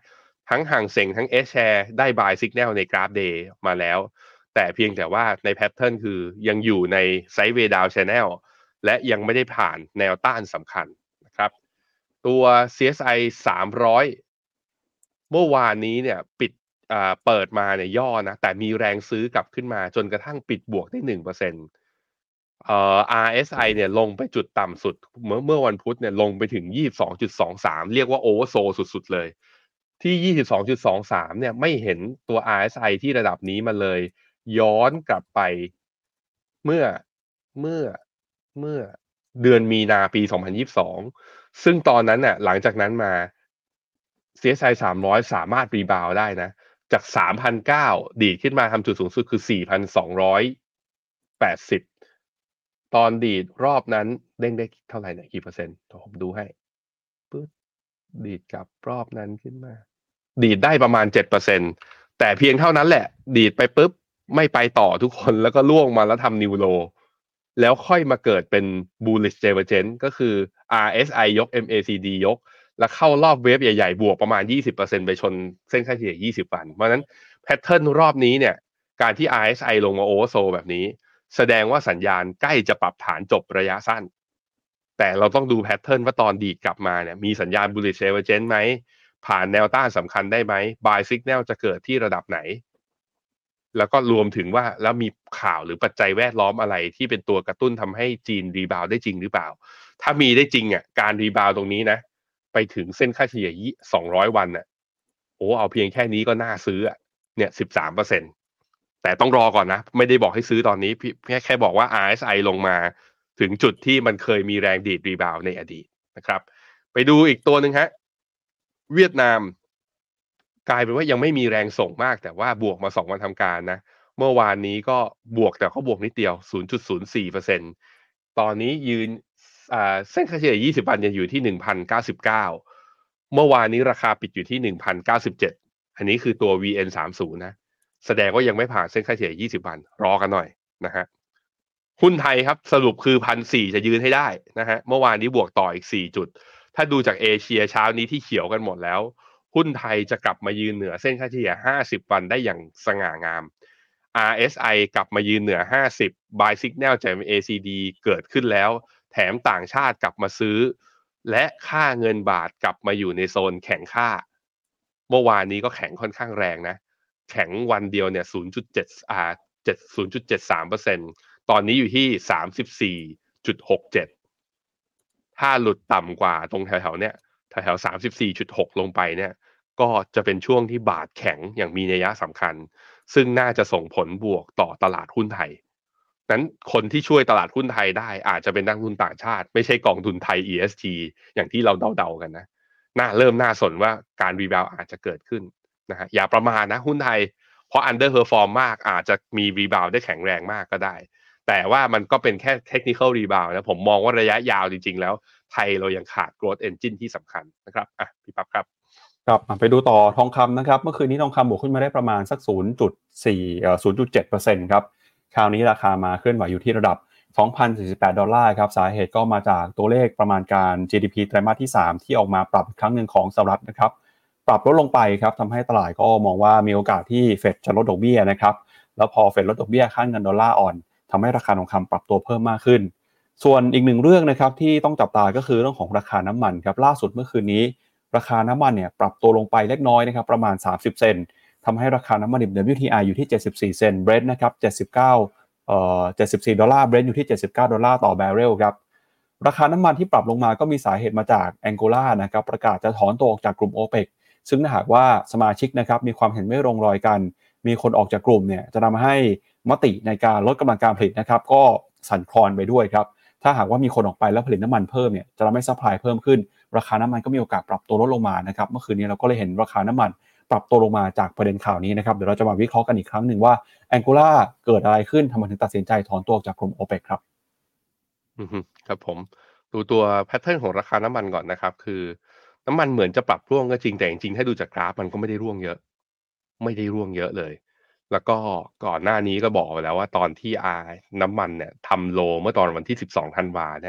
ทั้งห่างเส็งทั้ง S-share ได้ buy signal ในกราฟ day มาแล้วแต่เพียงแต่ว่าในแพทเทิร์นคือยังอยู่ใน sideways down channel และยังไม่ได้ผ่านแนวต้านสำคัญนะครับตัว ซี เอส ไอ สามร้อยเมื่อวานนี้เนี่ยปิดอ่าเปิดมาเนี่ยย่อนะแต่มีแรงซื้อกลับขึ้นมาจนกระทั่งปิดบวกได้ หนึ่งเปอร์เซ็นต์ เอ่อ อาร์ เอส ไอ เนี่ยลงไปจุดต่ำสุดเมื่อเมื่อวันพุธเนี่ยลงไปถึง ยี่สิบสองจุดสองสาม เรียกว่าโอเวอร์โซลสุดๆเลยที่ ยี่สิบสองจุดสองสาม เนี่ยไม่เห็นตัว อาร์ เอส ไอ ที่ระดับนี้มาเลยย้อนกลับไปเมื่อเมื่อเมื่อเดือนมีนาปีสองพันยี่สิบสองซึ่งตอนนั้นน่ะหลังจากนั้นมา ซี เอส ไอ สามร้อยสามารถรีบาวด์ได้นะจาก สามพันเก้าร้อย ดีดขึ้นมาทำจุดสูงสุดคือ สี่พันสองร้อยแปดสิบ ตอนดีดรอบนั้นเด้งได้เท่าไหร่เนี่ยกี่เปอร์เซ็นต์เดี๋ยวผมดูให้ปึ๊ดดีดกลับรอบนั้นขึ้นมาดีดได้ประมาณ เจ็ดเปอร์เซ็นต์ แต่เพียงเท่านั้นแหละดีดไปปุ๊บไม่ไปต่อทุกคนแล้วก็ล่วงมาแล้วทำนิวโลแล้วค่อยมาเกิดเป็น bullish divergence ก็คือ อาร์ เอส ไอ ยก เอ็ม เอ ซี ดี ยกแล้วเข้ารอบเวฟใหญ่ๆบวกประมาณ ยี่สิบเปอร์เซ็นต์ ไปชนเส้นค่าเฉลี่ยยี่สิบวันเพราะฉะนั้นแพทเทิร์นรอบนี้เนี่ยการที่ อาร์ เอส ไอ ลงมาโอเวอร์โซลแบบนี้แสดงว่าสัญญาณใกล้จะปรับฐานจบระยะสั้นแต่เราต้องดูแพทเทิร์นว่าตอนดีดกลับมาเนี่ยมีสัญญาณ bullish divergence ไหมผ่านแนวต้านสำคัญได้ไหม buy signal จะเกิดที่ระดับไหนแล้วก็รวมถึงว่าแล้วมีข่าวหรือปัจจัยแวดล้อมอะไรที่เป็นตัวกระตุ้นทำให้จีนรีบาวได้จริงหรือเปล่าถ้ามีได้จริงอ่ะการรีบาวตรงนี้นะไปถึงเส้นค่าเฉลี่ยสองร้อยวันน่ะโอ้เอาเพียงแค่นี้ก็น่าซื้ออ่ะเนี่ย สิบสามเปอร์เซ็นต์ แต่ต้องรอก่อนนะไม่ได้บอกให้ซื้อตอนนี้แค่แค่บอกว่า อาร์ เอส ไอ ลงมาถึงจุดที่มันเคยมีแรงดีดรีบาวในอดีตนะครับไปดูอีกตัวหนึ่งฮะเวียดนามกลายเป็นว่ายังไม่มีแรงส่งมากแต่ว่าบวกมาสองวันทำการนะเมื่อวานนี้ก็บวกแต่เขาบวกนิดเดียว ศูนย์จุดศูนย์สี่เปอร์เซ็นต์ ตอนนี้ยืนอ่าเส้นค่าเฉลี่ยยี่สิบวันยังอยู่ที่ หนึ่งพันเก้าสิบเก้า เมื่อวานนี้ราคาปิดอยู่ที่ หนึ่งพันเก้าสิบเจ็ด อันนี้คือตัว วี เอ็น สามสิบ นะแสดงว่ายังไม่ผ่านเส้นค่าเฉลี่ยยี่สิบวันรอกันหน่อยนะฮะหุ้นไทยครับสรุปคือ หนึ่งพันสี่ร้อย จะยืนให้ได้นะฮะเมื่อวานนี้บวกต่ออีกสี่จุดถ้าดูจากเอเชียเช้านี้ที่เขียวกันหมดแล้วหุ้นไทยจะกลับมายืนเหนือเส้นค่าเฉลี่ยห้าสิบวันได้อย่างสง่างาม อาร์ เอส ไอ กลับมายืนเหนือห้าสิบ buy signal จาก เอ ซี ดี เกิดขึ้นแล้วแถมต่างชาติกลับมาซื้อและค่าเงินบาทกลับมาอยู่ในโซนแข็งค่าเมื่อวานนี้ก็แข็งค่อนข้างแรงนะแข็งวันเดียวเนี่ย ศูนย์จุดเจ็ด อ่า ศูนย์จุดเจ็ดสามเปอร์เซ็นต์ ตอนนี้อยู่ที่ สามสิบสี่จุดหกเจ็ด ถ้าหลุดต่ำกว่าตรงแถวๆเนี้ยแถวๆ สามสิบสี่จุดหก ลงไปเนี่ยก็จะเป็นช่วงที่บาทแข็งอย่างมีนัยสำคัญซึ่งน่าจะส่งผลบวกต่อตลาดหุ้นไทยนั้นคนที่ช่วยตลาดหุ้นไทยได้อาจจะเป็นนักลงทุนต่างชาติไม่ใช่กองทุนไทย อี เอส ที อย่างที่เราเดาๆกันนะน่าเริ่มน่าสนว่าการรีบาวอาจจะเกิดขึ้นนะฮะอย่าประมาทนะหุ้นไทยเพราะ underperform มากอาจจะมีรีบาวได้แข็งแรงมากก็ได้แต่ว่ามันก็เป็นแค่ technical rebound นะผมมองว่าระยะยาวจริงๆแล้วไทยเรายังขาด growth engine ที่สำคัญนะครับอ่ะพี่ปั๊บครับครับไปดูต่อทองคำนะครับเมื่อคืนนี้ทองคำบวกขึ้นมาได้ประมาณสัก ศูนย์จุดสี่เอ่อ ศูนย์จุดเจ็ดเปอร์เซ็นต์ ครับคราวนี้ราคามาเคลื่อนไหวอยู่ที่ระดับ สองพันสี่สิบแปด ดอลลาร์ครับสาเหตุก็มาจากตัวเลขประมาณการ จี ดี พี ไตรมาสที่สามที่ออกมาปรับอีกครั้งหนึ่งของสหรัฐนะครับปรับลดลงไปครับทำให้ตลาดก็มองว่ามีโอกาสที่เฟดจะลดดอกเบี้ยนะครับแล้วพอเฟดลดดอกเบี้ยค่าเงินดอลลาร์อ่อนทำให้ราคาทองคำปรับตัวเพิ่มมากขึ้นส่วนอีกหนึ่งเรื่องนะครับที่ต้องจับตาก็คือเรื่องของราคาน้ำมันครับล่าสุดเมื่อคืนนี้ราคาน้ำมันเนี่ยปรับตัวลงไปเล็กน้อยนะครับประมาณสามสิบเซนต์ทำให้ราคาน้ำมันดิบ ดับเบิลยู ที ไอ อยู่ที่เจ็ดสิบสี่เซนต์ Brent นะครับเจ็ดสิบเก้าเอ่อเจ็ดสิบสี่ดอลลาร์ Brent อยู่ที่เจ็ดสิบเก้าดอลลาร์ต่อแบเรลครับราคาน้ำมันที่ปรับลงมาก็มีสาเหตุมาจากแองโกลานะครับประกาศจะถอนตัวออกจากกลุ่ม โอเปก ซึ่งถ้าหากว่าสมาชิกนะครับมีความเห็นไม่ลงรอยกันมีคนออกจากกลุ่มเนี่ยจะทำให้มติในการลดกำลังการผลิตนะครับก็สั่นคลอนไปด้วยครับถ้าหากว่ามีคนออกไปแล้วผลิตน้ำมันเพิ่มเนี่ยจะทำให้ซัพพลายเพิ่มขึ้นราคาน้ำมันก็มีโอกาสปรับตัวลดลงมานะครับเมื่อคืนนี้เราก็เลยเห็นราคาน้ำมันปรับตัวลงมาจากประเด็นข่าวนี้นะครับเดี๋ยวเราจะมาวิเคราะห์กันอีกครั้งหนึ่งว่าแองโกลาเกิดอะไรขึ้นทำไมถึงตัดสินใจถอนตัวออกจากกลุ่ม โอเปก ครับอือฮึครับผมดูตัวแพทเทิร์นของราคาน้ำมันก่อนนะครับคือน้ำมันเหมือนจะปรับร่วงก็จริงแต่จริงๆถ้าดูจากกราฟมันก็ไม่ได้ร่วงเยอะไม่ได้ร่วงเยอะเลยแล้วก็ก่อนหน้านี้ก็บอกไปแล้วว่าตอนที่อาน้ำมันเนี่ยทำโลเมื่อตอนวันที่สิบสองธันวาเนี่ย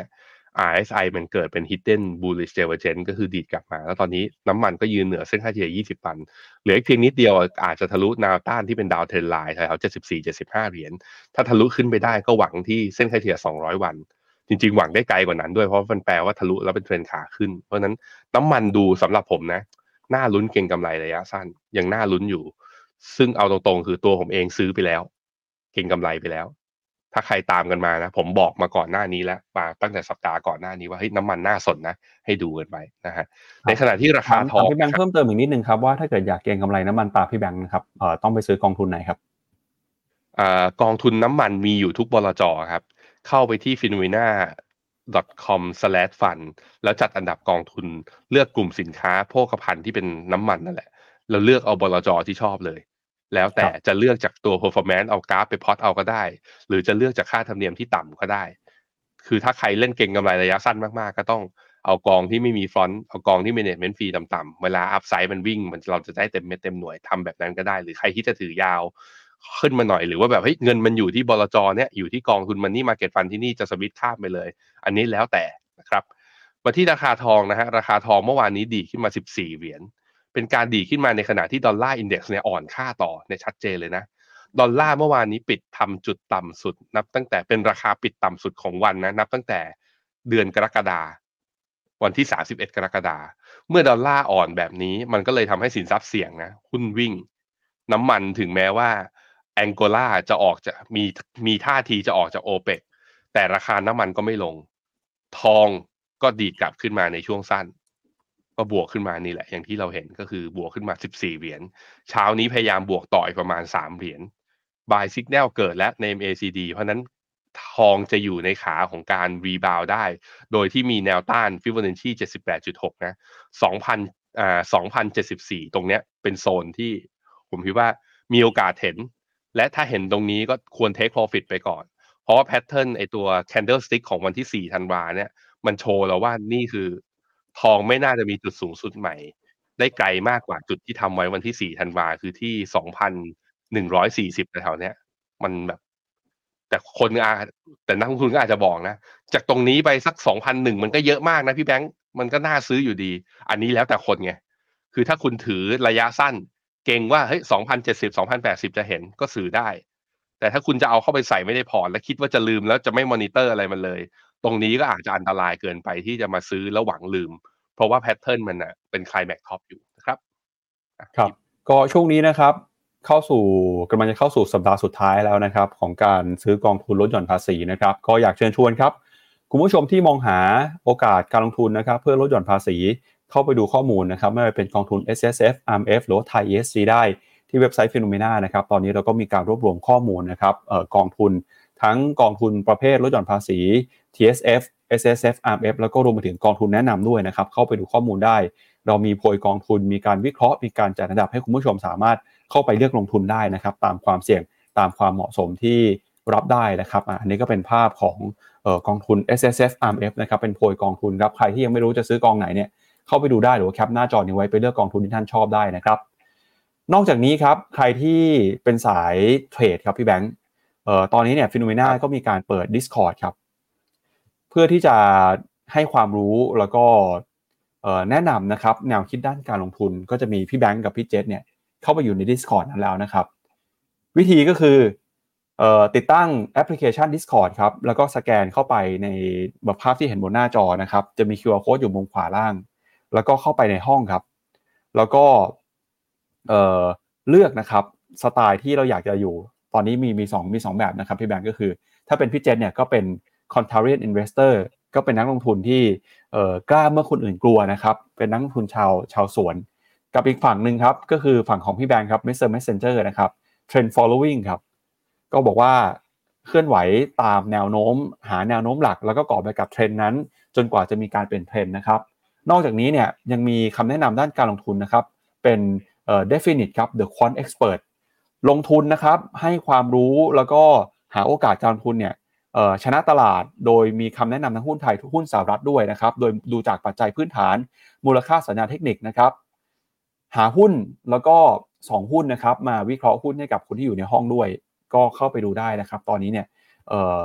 อาร์ เอส ไอ มันเกิดเป็น hidden bullish divergence ก็คือดีดกลับมาแล้วตอนนี้น้ำมันก็ยืนเหนือเส้นค่าเฉลี่ยยี่สิบวันเหลืออีกเพียงนิดเดียวอาจจะทะลุแนวต้านที่เป็นดาวเทรนไลน์แถวๆเจ็ดสิบสี่ เจ็ดสิบห้าเหรียญถ้าทะลุขึ้นไปได้ก็หวังที่เส้นค่าเฉลี่ยสองร้อยวันจริงๆหวังได้ไกลกว่านั้นด้วยเพราะมันแปลว่าทะลุแล้วเป็นเทรนขาขึ้นเพราะนั้นน้ำมันดูสำหรับผมนะน่าลุ้นเก็งกำไรระยะสั้นยังน่าลุ้นอยู่ซึ่งเอาตรงๆคือตัวผมเองซื้อไปแล้วเก็งกำไรไปแล้วถ้าใครตามกันมานะผมบอกมาก่อนหน้านี้แล้วมาตั้งแต่สัปดาห์ก่อนหน้านี้ว่าเฮ้ยน้ำมันน่าสนนะให้ดูกันไปนะฮะในขณะที่ราคาทองพี่แบงค์เพิ่มเติมอีกนิดนึงครับว่าถ้าเกิดอยากเก็งกำไรน้ำมันตามพี่แบงค์นะครับเอ่อต้องไปซื้อกองทุนไหนครับอ่ากองทุนน้ำมันมีอยู่ทุกบลจครับเข้าไปที่ ฟีโนเมนา ดอท คอม สแลช ฟัน แล้วจัดอันดับกองทุนเลือกกลุ่มสินค้าโภคภัณฑ์ที่เป็นน้ำมันนั่นแหละแล้วเลือกเอาบลจที่ชอบเลยแล้วแต่จะเลือกจากตัว performance เอากราฟไปพลอตเอาก็ได้หรือจะเลือกจากค่าธรรมเนียมที่ต่ำก็ได้คือถ้าใครเล่นเก็งกำไรระยะสั้นมากๆก็ต้องเอากองที่ไม่มีฟรอนต์เอากองที่ management fee ต่ำๆเวลา upside มันวิ่งมันเราจะได้เต็มเม็ดเต็มหน่วยทำแบบนั้นก็ได้หรือใครที่จะถือยาวขึ้นมาหน่อยหรือว่าแบบเฮ้ยเงินมันอยู่ที่บลจเนี่ยอยู่ที่กองทุนมันนี่มาเก็ตฟันที่นี่จะสวิตช์ข้ามไปเลยอันนี้แล้วแต่นะครับมาที่ราคาทองนะฮะราคาทองเมื่อวานนี้ดีขึ้นมาสิบสี่เหรียญเป็นการดีขึ้นมาในขณะที่ดอลลาร์อินเด็กซ์เนี่ยอ่อนค่าต่อเนี่ยชัดเจนเลยนะดอลลาร์เมื่อวานนี้ปิดทำจุดต่ำสุดนับตั้งแต่เป็นราคาปิดต่ำสุดของวันนะนับตั้งแต่เดือนกรกฎาคมวันที่สามสิบเอ็ดกรกฎาคมเมื่อดอลลาร์อ่อนแบบนี้มันก็เลยทำให้สินทรัพย์เสี่ยงนะหุ้นวิ่งน้ำมันถึงแม้ว่าแองโกลาจะออกจะมีมีท่าทีจะออกจากโอเปกแต่ราคาน้ำมันก็ไม่ลงทองก็ดีดกลับขึ้นมาในช่วงสั้นก็บวกขึ้นมานี่แหละอย่างที่เราเห็นก็คือบวกขึ้นมาสิบสี่เหรียญเช้านี้พยายามบวกต่ออีกประมาณสามเหรียญ buy signal เกิดแล้วใน เอ็ม เอ ซี ดี เพราะนั้นทองจะอยู่ในขาของการรีบาวได้โดยที่มีแนวต้าน Fibonacci เจ็ดสิบแปดจุดหก นะ สองพัน อ่า สองพันเจ็ดสิบสี่ ตรงเนี้ยเป็นโซนที่ผมคิดว่ามีโอกาสเห็นและถ้าเห็นตรงนี้ก็ควร take profit ไปก่อนเพราะว่าแพทเทิร์นไอตัว candlestick ของวันที่สี่ธันวาเนี่ยมันโชว์แล้วว่านี่คือทองไม่น่าจะมีจุดสูงสุดใหม่ได้ไกลมากกว่าจุดที่ทำไว้วันที่สี่ธันวาคือที่ สองพันหนึ่งร้อยสี่สิบ แถวๆเนี้ยมันแบบแต่คนอาแต่นักลงทุนก็อาจจะบอกนะจากตรงนี้ไปสัก สองพันหนึ่ง มันก็เยอะมากนะพี่แบงค์มันก็น่าซื้ออยู่ดีอันนี้แล้วแต่คนไงคือถ้าคุณถือระยะสั้นเก่งว่าเฮ้ยสองพันเจ็ดสิบ สองพันแปดสิบจะเห็นก็ซื้อได้แต่ถ้าคุณจะเอาเข้าไปใส่ไม่ได้พอร์ตและคิดว่าจะลืมแล้วจะไม่มอนิเตอร์อะไรมันเลยตรงนี้ก็อาจจะอันตรายเกินไปที่จะมาซื้อแล้วหวังลืมเพราะว่าแพทเทิร์นมันน่ะเป็นไคลแม็กซ์ท็อปอยู่นะครับครับก็ช่วงนี้นะครับเข้าสู่กำลังจะเข้าสู่สัปดาห์สุดท้ายแล้วนะครับของการซื้อกองทุนลดหย่อนภาษีนะครับก็อยากเชิญชวนครับคุณผู้ชมที่มองหาโอกาสการลงทุนนะครับเพื่อลดหย่อนภาษีเข้าไปดูข้อมูลนะครับไม่ว่าเป็นกองทุน เอส เอส เอฟ อาร์ เอ็ม เอฟ หรือว่า Thai อี เอส จี ได้ที่เว็บไซต์ Phenomena นะครับตอนนี้เราก็มีการรวบรวมข้อมูลนะครับเอ่อกองทุนทั้งกองทุนประเภทลดหย่อนภาษี ที เอส เอฟ เอส เอส เอฟ อาร์ เอ็ม เอฟ แล้วก็รวมไปถึงกองทุนแนะนำด้วยนะครับเข้าไปดูข้อมูลได้เรามีโพยกองทุนมีการวิเคราะห์มีการจัดอันดับให้คุณผู้ชมสามารถเข้าไปเลือกลงทุนได้นะครับตามความเสี่ยงตามความเหมาะสมที่รับได้นะครับอันนี้ก็เป็นภาพของเอ่อกองทุน เอส เอส เอฟ อาร์ เอ็ม เอฟ นะครับเป็นโพยกองทุนครับใครที่ยังไม่รู้จะซื้อกองไหนเนี่ยเข้าไปดูได้หรือว่าแคปหน้าจอนี้ไว้ไปเลือกกองทุนที่ท่านชอบได้นะครับนอกจากนี้ครับใครที่เป็นสายเทรดครับพี่แบงค์เอ่อตอนนี้เนี่ย Phenomena ก็มีการเปิด Discord ครับเพื่อที่จะให้ความรู้แล้วก็แนะนำนะครับแนวคิดด้านการลงทุนก็จะมีพี่แบงค์กับพี่เจษเนี่ยเข้าไปอยู่ใน Discord นั้นแล้วนะครับวิธีก็คือเอ่อติดตั้งแอปพลิเคชัน Discord ครับแล้วก็สแกนเข้าไปในแบบภาพที่เห็นบนหน้าจอนะครับจะมี คิว อาร์ Code อยู่มุมขวาล่างแล้วก็เข้าไปในห้องครับแล้วก็เอ่อเลือกนะครับสไตล์ที่เราอยากจะอยู่ตอนนี้มีมีสองมีสองแบบนะครับพี่แบงค์ก็คือถ้าเป็นพี่เจษเนี่ยก็เป็น Contrarian Investor ก็เป็นนักลงทุนที่เอ่อกล้าเมื่อคนอื่นกลัวนะครับเป็นนักลงทุนชาวชาวสวนกับอีกฝั่งหนึ่งครับก็คือฝั่งของพี่แบงค์ครับ มิสเตอร์ Messenger นะครับ Trend Following ครับก็บอกว่าเคลื่อนไหวตามแนวโน้มหาแนวโน้มหลักแล้วก็เกาะไปกับเทรนด์นั้นจนกว่าจะมีการเปลี่ยนเทรนด์นะครับนอกจากนี้เนี่ยยังมีคำแนะนำด้านการลงทุนนะครับเป็นเอ่อ Definite ครับ The Quant Expert ลงทุนนะครับให้ความรู้แล้วก็หาโอกาสการลงทุนเนี่ยชนะตลาดโดยมีคำแนะนำทั้งหุ้นไทยทุกหุ้นสหรัฐด้วยนะครับโดยดูจากปัจจัยพื้นฐานมูลค่าสัญญาณเทคนิคนะครับหาหุ้นแล้วก็สองหุ้นนะครับมาวิเคราะห์หุ้นให้กับคนที่อยู่ในห้องด้วยก็เข้าไปดูได้นะครับตอนนี้เนี่ย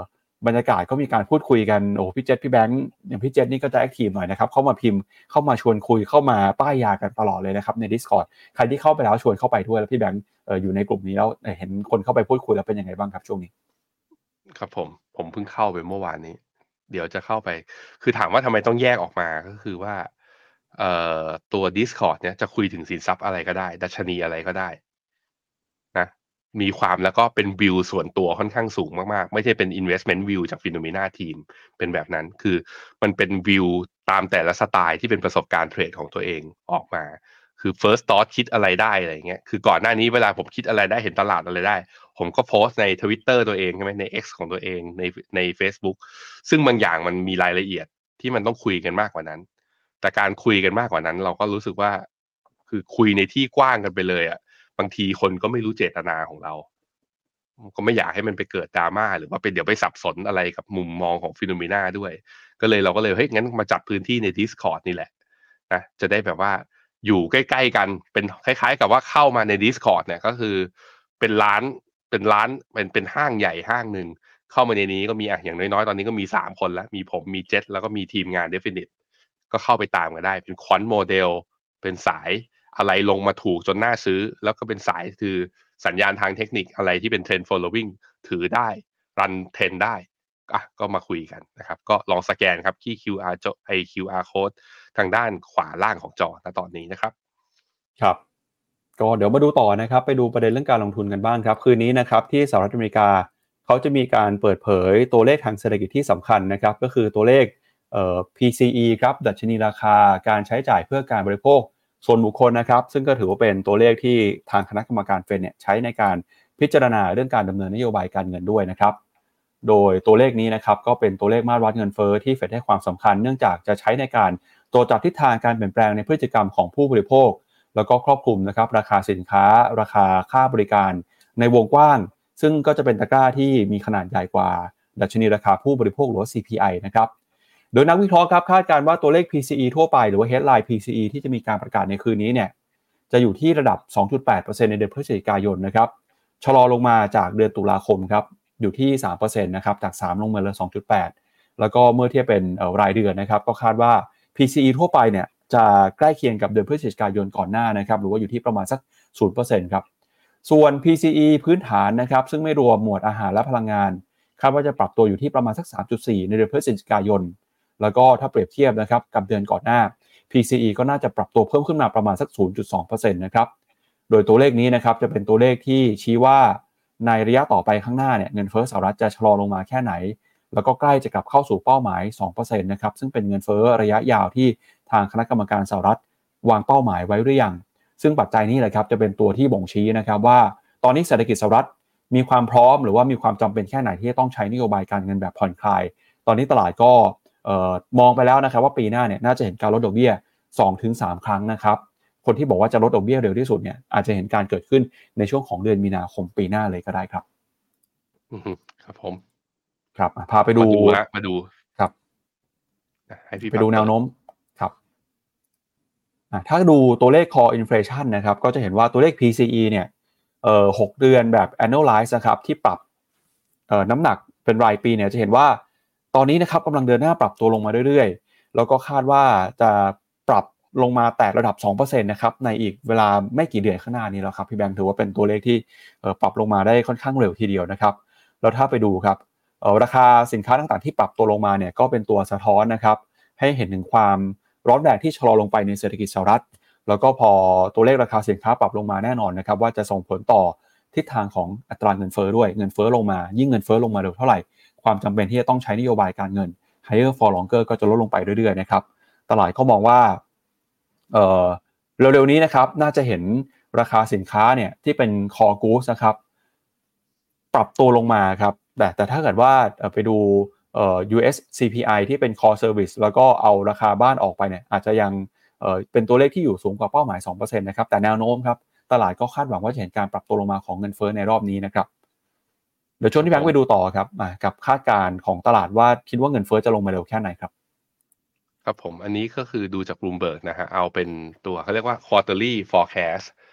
บรรยากาศก็มีการพูดคุยกันโอ้พี่เจษพี่แบงค์อย่างพี่เจษนี่ก็จะแอคทีฟหน่อยนะครับเข้ามาพิมพ์เข้ามาชวนคุยเข้ามาป้ายยากันตลอดเลยนะครับใน Discord ใครที่เข้าไปแล้วชวนเข้าไปด้วยแล้วพี่แบงค์เอ่ออยู่ในกลุ่มนี้แล้วเห็นคนเข้าไปพูดคุยแล้วเป็นยังไงบ้างครับช่วงนี้ครับผมผมเพิ่งเข้าไปเมื่อวานนี้เดี๋ยวจะเข้าไปคือถามว่าทำไมต้องแยกออกมาก็คือว่าเอ่อตัว Discord เนี่ยจะคุยถึงสินทรัพย์อะไรก็ได้ดัชนีอะไรก็ได้นะมีความแล้วก็เป็นวิวส่วนตัวค่อนข้างสูงมากๆไม่ใช่เป็น investment view จาก Phenomena Team เป็นแบบนั้นคือมันเป็นวิวตามแต่ละสไตล์ที่เป็นประสบการณ์เทรดของตัวเองออกมาคือ first thought คิดอะไรได้อะไรเงี้ยคือก่อนหน้านี้เวลาผมคิดอะไรได้เห็นตลาดอะไรได้ผมก็โพสต์ใน Twitter ตัวเองใช่ไหมใน X ของตัวเองในใน Facebook ซึ่งบางอย่างมันมีรายละเอียดที่มันต้องคุยกันมากกว่านั้นแต่การคุยกันมากกว่านั้นเราก็รู้สึกว่าคือคุยในที่กว้างกันไปเลยอ่ะบางทีคนก็ไม่รู้เจตนาของเราก็ไม่อยากให้มันไปเกิดดราม่าหรือว่าเป็นเดี๋ยวไปสับสนอะไรกับมุมมองของ Phenomena ด้วยก็เลยเราก็เลยเฮ้ยงั้นมาจัดพื้นที่ใน Discord นี่แหละนะจะได้แบบว่าอยู่ใกล้ๆกันเป็นคล้ายๆกับว่าเข้ามาใน Discord เนี่ยก็คือเป็นร้านเป็นร้านเป็นเป็นห้างใหญ่ห้างหนึ่งเข้ามาในนี้ก็มีอ่ะอย่างน้อยๆตอนนี้ก็มีสามคนแล้วมีผมมีเจษแล้วก็มีทีมงาน Definite ก็เข้าไปตามกันได้เป็นควอนโมเดลเป็นสายอะไรลงมาถูกจนน่าซื้อแล้วก็เป็นสายคือสัญญาณทางเทคนิคอะไรที่เป็น Trend Following ถือได้รันเทรนได้อ่ะก็มาคุยกันนะครับก็ลองสแกนครับที่ คิว อาร์ จไอ คิว อาร์ Code ทางด้านขวาล่างของจอณตอนนี้นะครับครับก็เดี๋ยวมาดูต่อนะครับไปดูประเด็นเรื่องการลงทุนกันบ้างครับคืนนี้นะครับที่สหรัฐอเมริกาเขาจะมีการเปิดเผยตัวเลขทางเศรษฐกิจที่สำคัญนะครับก็คือตัวเลขเอ่อ พี ซี อี ครับดัชนีราคาการใช้จ่ายเพื่อการบริโภคส่วนบุคคลนะครับซึ่งก็ถือว่าเป็นตัวเลขที่ทางคณะกรรมการเฟดเนี่ยใช้ในการพิจารณาเรื่องการดำเนินนโยบายการเงินด้วยนะครับโดยตัวเลขนี้นะครับก็เป็นตัวเลขมาตรวัดเงินเฟ้อที่เฟดให้ความสำคัญเนื่องจากจะใช้ในการตรวจจับทิศทางการเปลี่ยนแปลงในพฤติกรรมของผู้บริโภคแล้วก็ครอบคลุมนะครับราคาสินค้าราคาค่าบริการในวงกว้างซึ่งก็จะเป็นตะกร้าที่มีขนาดใหญ่กว่าดัชนีราคาผู้บริโภคหรือว่า ซี พี ไอ นะครับโดยนักวิเคราะห์ครับคาดการณ์ว่าตัวเลข พี ซี อี ทั่วไปหรือว่า headline พี ซี อี ที่จะมีการประกาศในคืนนี้เนี่ยจะอยู่ที่ระดับ สองจุดแปดเปอร์เซ็นต์ ในเดือนพฤศจิกายนนะครับชะลอลงมาจากเดือนตุลาคมครับอยู่ที่ สามเปอร์เซ็นต์ นะครับจากสามลงมาเหลือ สองจุดแปด แล้วก็เมื่อเทียบเป็นรายเดือนนะครับก็คาดว่า พี ซี อี ทั่วไปเนี่ยจะใกล้เคียงกับเดือนพฤศจิกายนก่อนหน้านะครับหรือว่าอยู่ที่ประมาณสัก ศูนย์เปอร์เซ็นต์ ครับส่วน พี ซี อี พื้นฐานนะครับซึ่งไม่รวมหมวดอาหารและพลังงานคาดว่าจะปรับตัวอยู่ที่ประมาณสัก สามจุดสี่ ในเดือนพฤศจิกายนแล้วก็ถ้าเปรียบเทียบนะครับกับเดือนก่อนหน้า พี ซี อี ก็น่าจะปรับตัวเพิ่มขึ้นมาประมาณสัก ศูนย์จุดสองเปอร์เซ็นต์ นะครับโดยตัวเลขนี้นะครับจะเป็นตัวเลขที่ชี้ว่าในระยะต่อไปข้างหน้าเนี่ยเงินเฟ้อสหรัฐจะชะลอลงมาแค่ไหนแล้วก็ใกล้จะกลับเข้าสู่เป้าหมาย สองเปอร์เซ็นต์ นะครับซึ่งเป็นเงินเฟ้อระยะยาวที่ทางคณะกรรมการสหรัฐวางเป้าหมายไว้หรือยังซึ่งปัจจัยนี้แหละครับจะเป็นตัวที่บ่งชี้นะครับว่าตอนนี้เศรษฐกิจสหรัฐมีความพร้อมหรือว่ามีความจำเป็นแค่ไหนที่จะต้องใช้นโยบายการเงินแบบผ่อนคลายตอนนี้ตลาดก็เอ่อมองไปแล้วนะครับว่าปีหน้าเนี่ยน่าจะเห็นการลดดอกเบี้ย สองถึงสาม ครั้งนะครับคนที่บอกว่าจะลดดอกเบี้ยเร็วที่สุดเนี่ยอาจจะเห็นการเกิดขึ้นในช่วงของเดือนมีนาคมปีหน้าเลยก็ได้ครับอือฮึครับผมครับพาไปดูมาดูฮะมาดูครับให้พี่ไปปั๊บเปิดดูแนวโน้มครับถ้าดูตัวเลข core inflation นะครับก็จะเห็นว่าตัวเลข พี ซี อี เนี่ยเอ่อหกเดือนแบบ annualize นะครับที่ปรับเอ่อน้ำหนักเป็นรายปีเนี่ยจะเห็นว่าตอนนี้นะครับกำลังเดินหน้าปรับตัวลงมาเรื่อยๆแล้วก็คาดว่าจะปรับลงมาแตะระดับ สองเปอร์เซ็นต์ นะครับในอีกเวลาไม่กี่เดือนข้างหน้านี้แล้วครับพี่แบงค์ถือว่าเป็นตัวเลขที่เอ่อปรับลงมาได้ค่อนข้างเร็วทีเดียวนะครับแล้วถ้าไปดูครับเอ่อราคาสินค้าต่างๆที่ปรับตัวลงมาเนี่ยก็เป็นตัวสะท้อนนะครับให้เห็นถึงความร้อนแรงที่ชะลอลงไปในเศรษฐกิจสหรัฐแล้วก็พอตัวเลขราคาสินค้าปรับลงมาแน่นอนนะครับว่าจะส่งผลต่อทิศทางของอัตราเงินเฟ้อด้วยเงินเฟ้อลงมายิ่งเงินเฟ้อลงมาเร็วเท่าไหร่ความจำเป็นที่จะต้องใช้นโยบายการเงิน higher for longer ก็จะลดลงไปเรื่อยๆนะครับตลาดก็มองว่าเอ่อเร็วๆนี้นะครับน่าจะเห็นราคาสินค้าเนี่ยที่เป็น core goods นะครับปรับตัวลงมาครับแต่แต่ถ้าเกิดว่าไปดูเอ่อ ยู เอส ซี พี ไอ ที่เป็น core service แล้วก็เอาราคาบ้านออกไปเนี่ยอาจจะยังเอ่อเป็นตัวเลขที่อยู่สูงกว่าเป้าหมาย สองเปอร์เซ็นต์ นะครับแต่แนวโน้มครับตลาดก็คาดหวังว่าจะเห็นการปรับตัวลงมาของเงินเฟ้อในรอบนี้นะครับเดี๋ยวชวนที่แบงค์ไปดูต่อครับกับคาดการณ์ของตลาดว่าคิดว่าเงินเฟ้อจะลงมาเร็วแค่ไหนครับครับผมอันนี้ก็คือดูจาก Bloomberg นะฮะเอาเป็นตัวเขาเรียกว่า quarterly forecast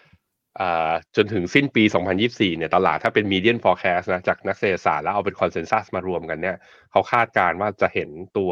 อ่าจนถึงสิ้นปีสองพันยี่สิบสี่เนี่ยตลาดถ้าเป็น median forecast นะจากนักเศรษฐศาสตร์แล้วเอาเป็น consensus มารวมกันเนี่ยเขาคาดการณ์ว่าจะเห็นตัว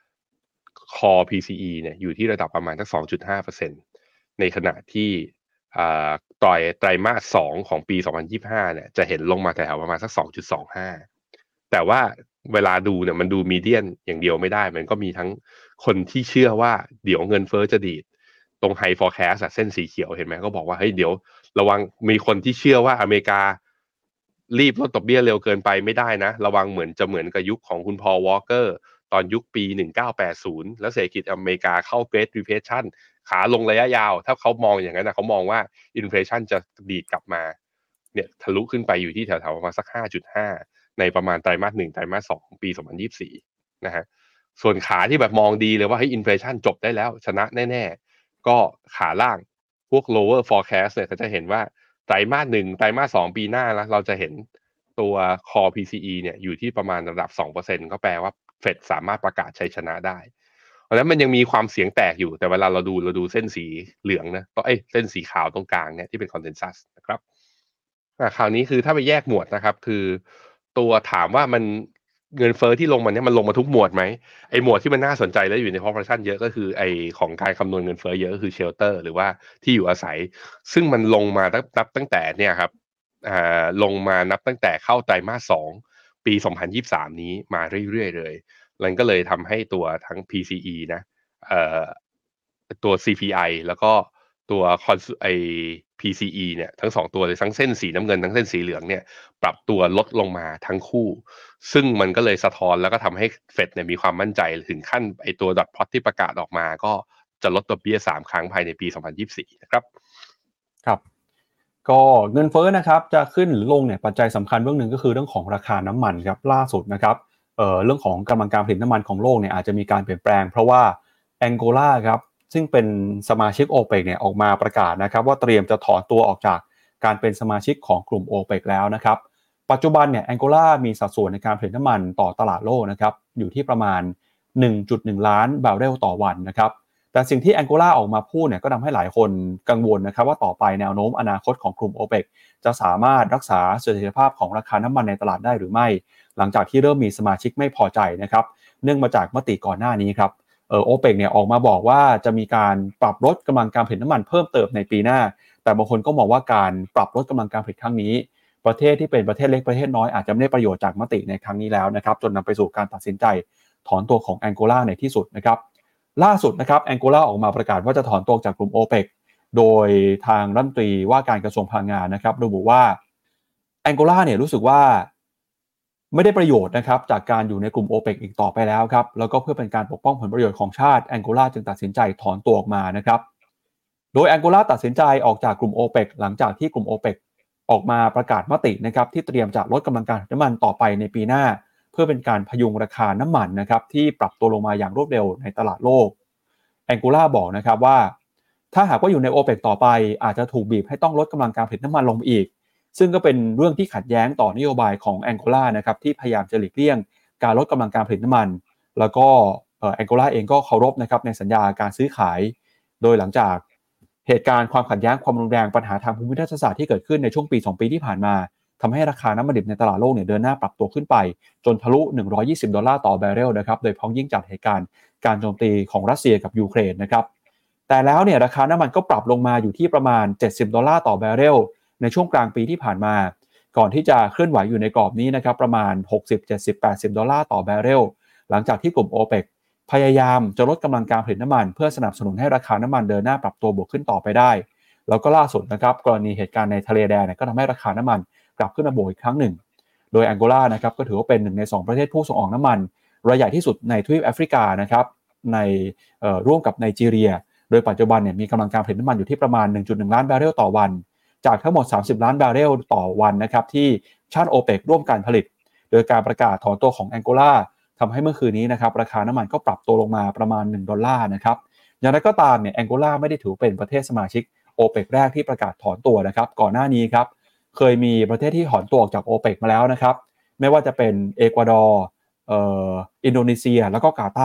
core พี ซี อี เนี่ยอยู่ที่ระดับประมาณสัก สองจุดห้าเปอร์เซ็นต์ ในขณะที่อ่าไตรไตรมาสสองของปีสองพันยี่สิบห้าเนี่ยจะเห็นลงมาแถวประมาณสัก สองจุดสองห้า แต่ว่าเวลาดูเนี่ยมันดูมีเดียนอย่างเดียวไม่ได้มันก็มีทั้งคนที่เชื่อว่าเดี๋ยวเงินเฟ้อจะดีดตรง high forecast อะเส้นสีเขียวเห็นไหมก็บอกว่าเฮ้ยเดี๋ยวระวังมีคนที่เชื่อว่าอเมริการีบลดดอกเบี้ยเร็วเกินไปไม่ได้นะระวังเหมือนจะเหมือนกับยุคของคุณพอลวอลเกอร์ตอนยุคปีหนึ่งพันเก้าร้อยแปดสิบแล้วเศรษฐกิจอเมริกาเข้า Great Recession ขาลงระยะยาวถ้าเขามองอย่างนั้นนะเขามองว่าอินเฟลชันจะดีดกลับมาเนี่ยทะลุขึ้นไปอยู่ที่แถวๆประมาณสัก ห้าจุดห้า ในประมาณไตรมาสหนึ่งไตรมาสสองของปีสองพันยี่สิบสี่นะฮะส่วนขาที่แบบมองดีเลยว่าเฮ้ยอินเฟลชันจบได้แล้วชนะแน่ๆก็ขาล่างพวก lower forecast เนี่ยเขาจะเห็นว่าไตรมาสหนึ่งไตรมาสสองปีหน้าแล้วเราจะเห็นตัว core พี ซี อี เนี่ยอยู่ที่ประมาณระดับ สองเปอร์เซ็นต์ ก็แปลว่าเฟดสามารถประกาศชัยชนะได้เพราะฉะนั้นมันยังมีความเสียงแตกอยู่แต่เวลาเราดูเราดูเส้นสีเหลืองนะต่อเอ้ยเส้นสีขาวตรงกลางเนี่ยที่เป็น consensus นะครับอ่าคราวนี้คือถ้าไปแยกหมวดนะครับคือตัวถามว่ามันเงินเฟ้อที่ลงมาเนี่ยมันลงมาทุกหมวดไหมไอหมวดที่มันน่าสนใจแล้วอยู่ใน proportion เยอะก็คือไอของการคำนวณเงินเฟ้อเยอะก็คือ shelter หรือว่าที่อยู่อาศัยซึ่งมันลงมาตั้งนับตั้งแต่เนี่ยครับอ่าลงมานับตั้งแต่เข้าไตรมาสสองปีสองพันยี่สิบสามนี้มาเรื่อยๆเลยมันก็เลยทำให้ตัวทั้ง พี ซี อี นะเอ่อตัว ซี พี ไอ แล้วก็ตัวคอนไอ พี ซี อี เนี่ยทั้งสองตัวเลยทั้งเส้นสีน้ำเงินทั้งเส้นสีเหลืองเนี่ยปรับตัวลดลงมาทั้งคู่ซึ่งมันก็เลยสะท้อนแล้วก็ทำให้เฟดเนี่ยมีความมั่นใจถึงขั้นไอตัวดอทพลอตที่ประกาศออกมาก็จะลดดอกเบี้ยสามครั้งภายในปีสองพันยี่สิบสี่นะครับครับก็เงินเฟ้อนะครับจะขึ้นหรือลงเนี่ยปัจจัยสำคัญเรื่องหนึ่งก็คือเรื่องของราคาน้ำมันครับล่าสุดนะครับเอ่อเรื่องของกำลังการผลิตน้ำมันของโลกเนี่ยอาจจะมีการเปลี่ยนแปลงเพราะว่าแองโกลาครับซึ่งเป็นสมาชิก โอเปก เนี่ยออกมาประกาศนะครับว่าเตรียมจะถอนตัวออกจากการเป็นสมาชิกของกลุ่ม โอเปก แล้วนะครับปัจจุบันเนี่ยแองโกลามีสัดส่วนในการผลิตน้ำมันต่อตลาดโลกนะครับอยู่ที่ประมาณ หนึ่งจุดหนึ่ง ล้านบาร์เรลต่อวันนะครับแต่สิ่งที่แองโกลาออกมาพูดเนี่ยก็ทำให้หลายคนกังวลนะครับว่าต่อไปแนวโน้มอนาคตของกลุ่ม โอเปก จะสามารถรักษาเสถียรภาพของราคาน้ำมันในตลาดได้หรือไม่หลังจากที่เริ่มมีสมาชิกไม่พอใจนะครับเนื่องมาจากมติก่อนหน้านี้ครับเออ โอเปก เนี่ยออกมาบอกว่าจะมีการปรับลดกำลังการผลิตน้ำมันเพิ่มเติมในปีหน้าแต่บางคนก็มองว่าการปรับลดกำลังการผลิตครั้งนี้ประเทศที่เป็นประเทศเล็กประเทศน้อยอาจจะไม่ได้ประโยชน์จากมติในครั้งนี้แล้วนะครับจนนำไปสู่การตัดสินใจถอนตัวของแองโกลาในที่สุดนะครับล่าสุดนะครับแองโกลาออกมาประกาศว่าจะถอนตัวจากกลุ่ม โอเปก โดยทางรัฐมนตรีว่าการกระทรวงพลังงานนะครับระบุว่าแองโกลาเนี่ยรู้สึกว่าไม่ได้ประโยชน์นะครับจากการอยู่ในกลุ่ม โอเปก อีกต่อไปแล้วครับแล้วก็เพื่อเป็นการปกป้องผลประโยชน์ของชาติแองโกลาจึงตัดสินใจถอนตัวออกมานะครับโดยแองโกลาตัดสินใจออกจากกลุ่ม โอเปก หลังจากที่กลุ่ม โอเปก ออกมาประกาศมตินะครับที่เตรียมจะลดกำลังการผลิตน้ำมันต่อไปในปีหน้าเพื่อเป็นการพยุงราคาน้ำมันนะครับที่ปรับตัวลงมาอย่างรวดเร็วในตลาดโลกแองโกลาบอกนะครับว่าถ้าหากว่าอยู่ใน โอเปก ต่อไปอาจจะถูกบีบให้ต้องลดกำลังการผลิตน้ำมันลงอีกซึ่งก็เป็นเรื่องที่ขัดแย้งต่อนโยบายของแองโกลานะครับที่พยายามจะหลีกเลี่ยงการลดกำลังการผลิตน้ำมันแล้วก็แองโกลาเองก็เคารพนะครับในสัญญาการซื้อขายโดยหลังจากเหตุการณ์ความขัดแย้งความรุนแรงปัญหาทางภูมิรัฐศาสตร์ที่เกิดขึ้นในช่วงปีสองปีที่ผ่านมาทำให้ราคาน้ำมันดิบในตลาดโลกเนี่ยเดินหน้าปรับตัวขึ้นไปจนทะลุหนึ่งร้อยยี่สิบดอลลาร์ต่อแบเรลนะครับโดยพ้องยิ่งจากเหตุการณ์การโจมตีของรัสเซียกับยูเครนนะครับแต่แล้วเนี่ยราคาน้ำมันก็ปรับลงมาอยู่ที่ประมาณเจ็ดสิบดอลลาร์ต่อแบเรลในช่วงกลางปีที่ผ่านมาก่อนที่จะเคลื่อนไหวอยู่ในกรอบนี้นะครับประมาณหกสิบ เจ็ดสิบ แปดสิบดอลลาร์ต่อแบเรลหลังจากที่กลุ่ม โอเปก พยายามจะลดกำลังการผลิตน้ำมันเพื่อสนับสนุนให้ราคาน้ำมันเดินหน้าปรับตัวบวกขึ้นต่อไปได้แล้วก็ล่าสุดนะครับกรณีเหตุการณ์ในทะเลแดงก็ทำให้ราคาน้ำมันกลับขึ้นมาบวกอีกครั้งหนึ่งโดยแองโกลานะครับก็ถือว่าเป็นหนึ่งในสองประเทศผู้ส่งออกน้ำมันรายใหญ่ที่สุดในทวีปแอฟริกานะครับในร่วมกับไนจีเรียโดยปัจจุบันเนี่ยมีกำลังการผลิตน้ำมันอยู่ที่ประมาณ หนึ่งจุดหนึ่ง ล้านบาร์เรลต่อวันจากทั้งหมดสามสิบล้านบาร์เรลต่อวันนะครับที่ชาติ โอเปก ร่วมกันผลิตโดยการประกาศถอนตัวของแองโกลาทำให้เมื่อคืนนี้นะครับราคาน้ำมันก็ปรับตัวลงมาประมาณหนึ่งดอลลาร์นะครับอย่างไรก็ตามเนี่ยแองโกลาไม่ได้ถือเป็นประเทศสมาชิก โอเปก แรกที่ประกาศถอนตัวนะครับก่อนหน้านี้ครับเคยมีประเทศที่ถอนตัวออกจาก โอเปก มาแล้วนะครับไม่ว่าจะเป็นเอกวาดอร์เอ่ออินโดนีเซียแล้วก็กาตาร์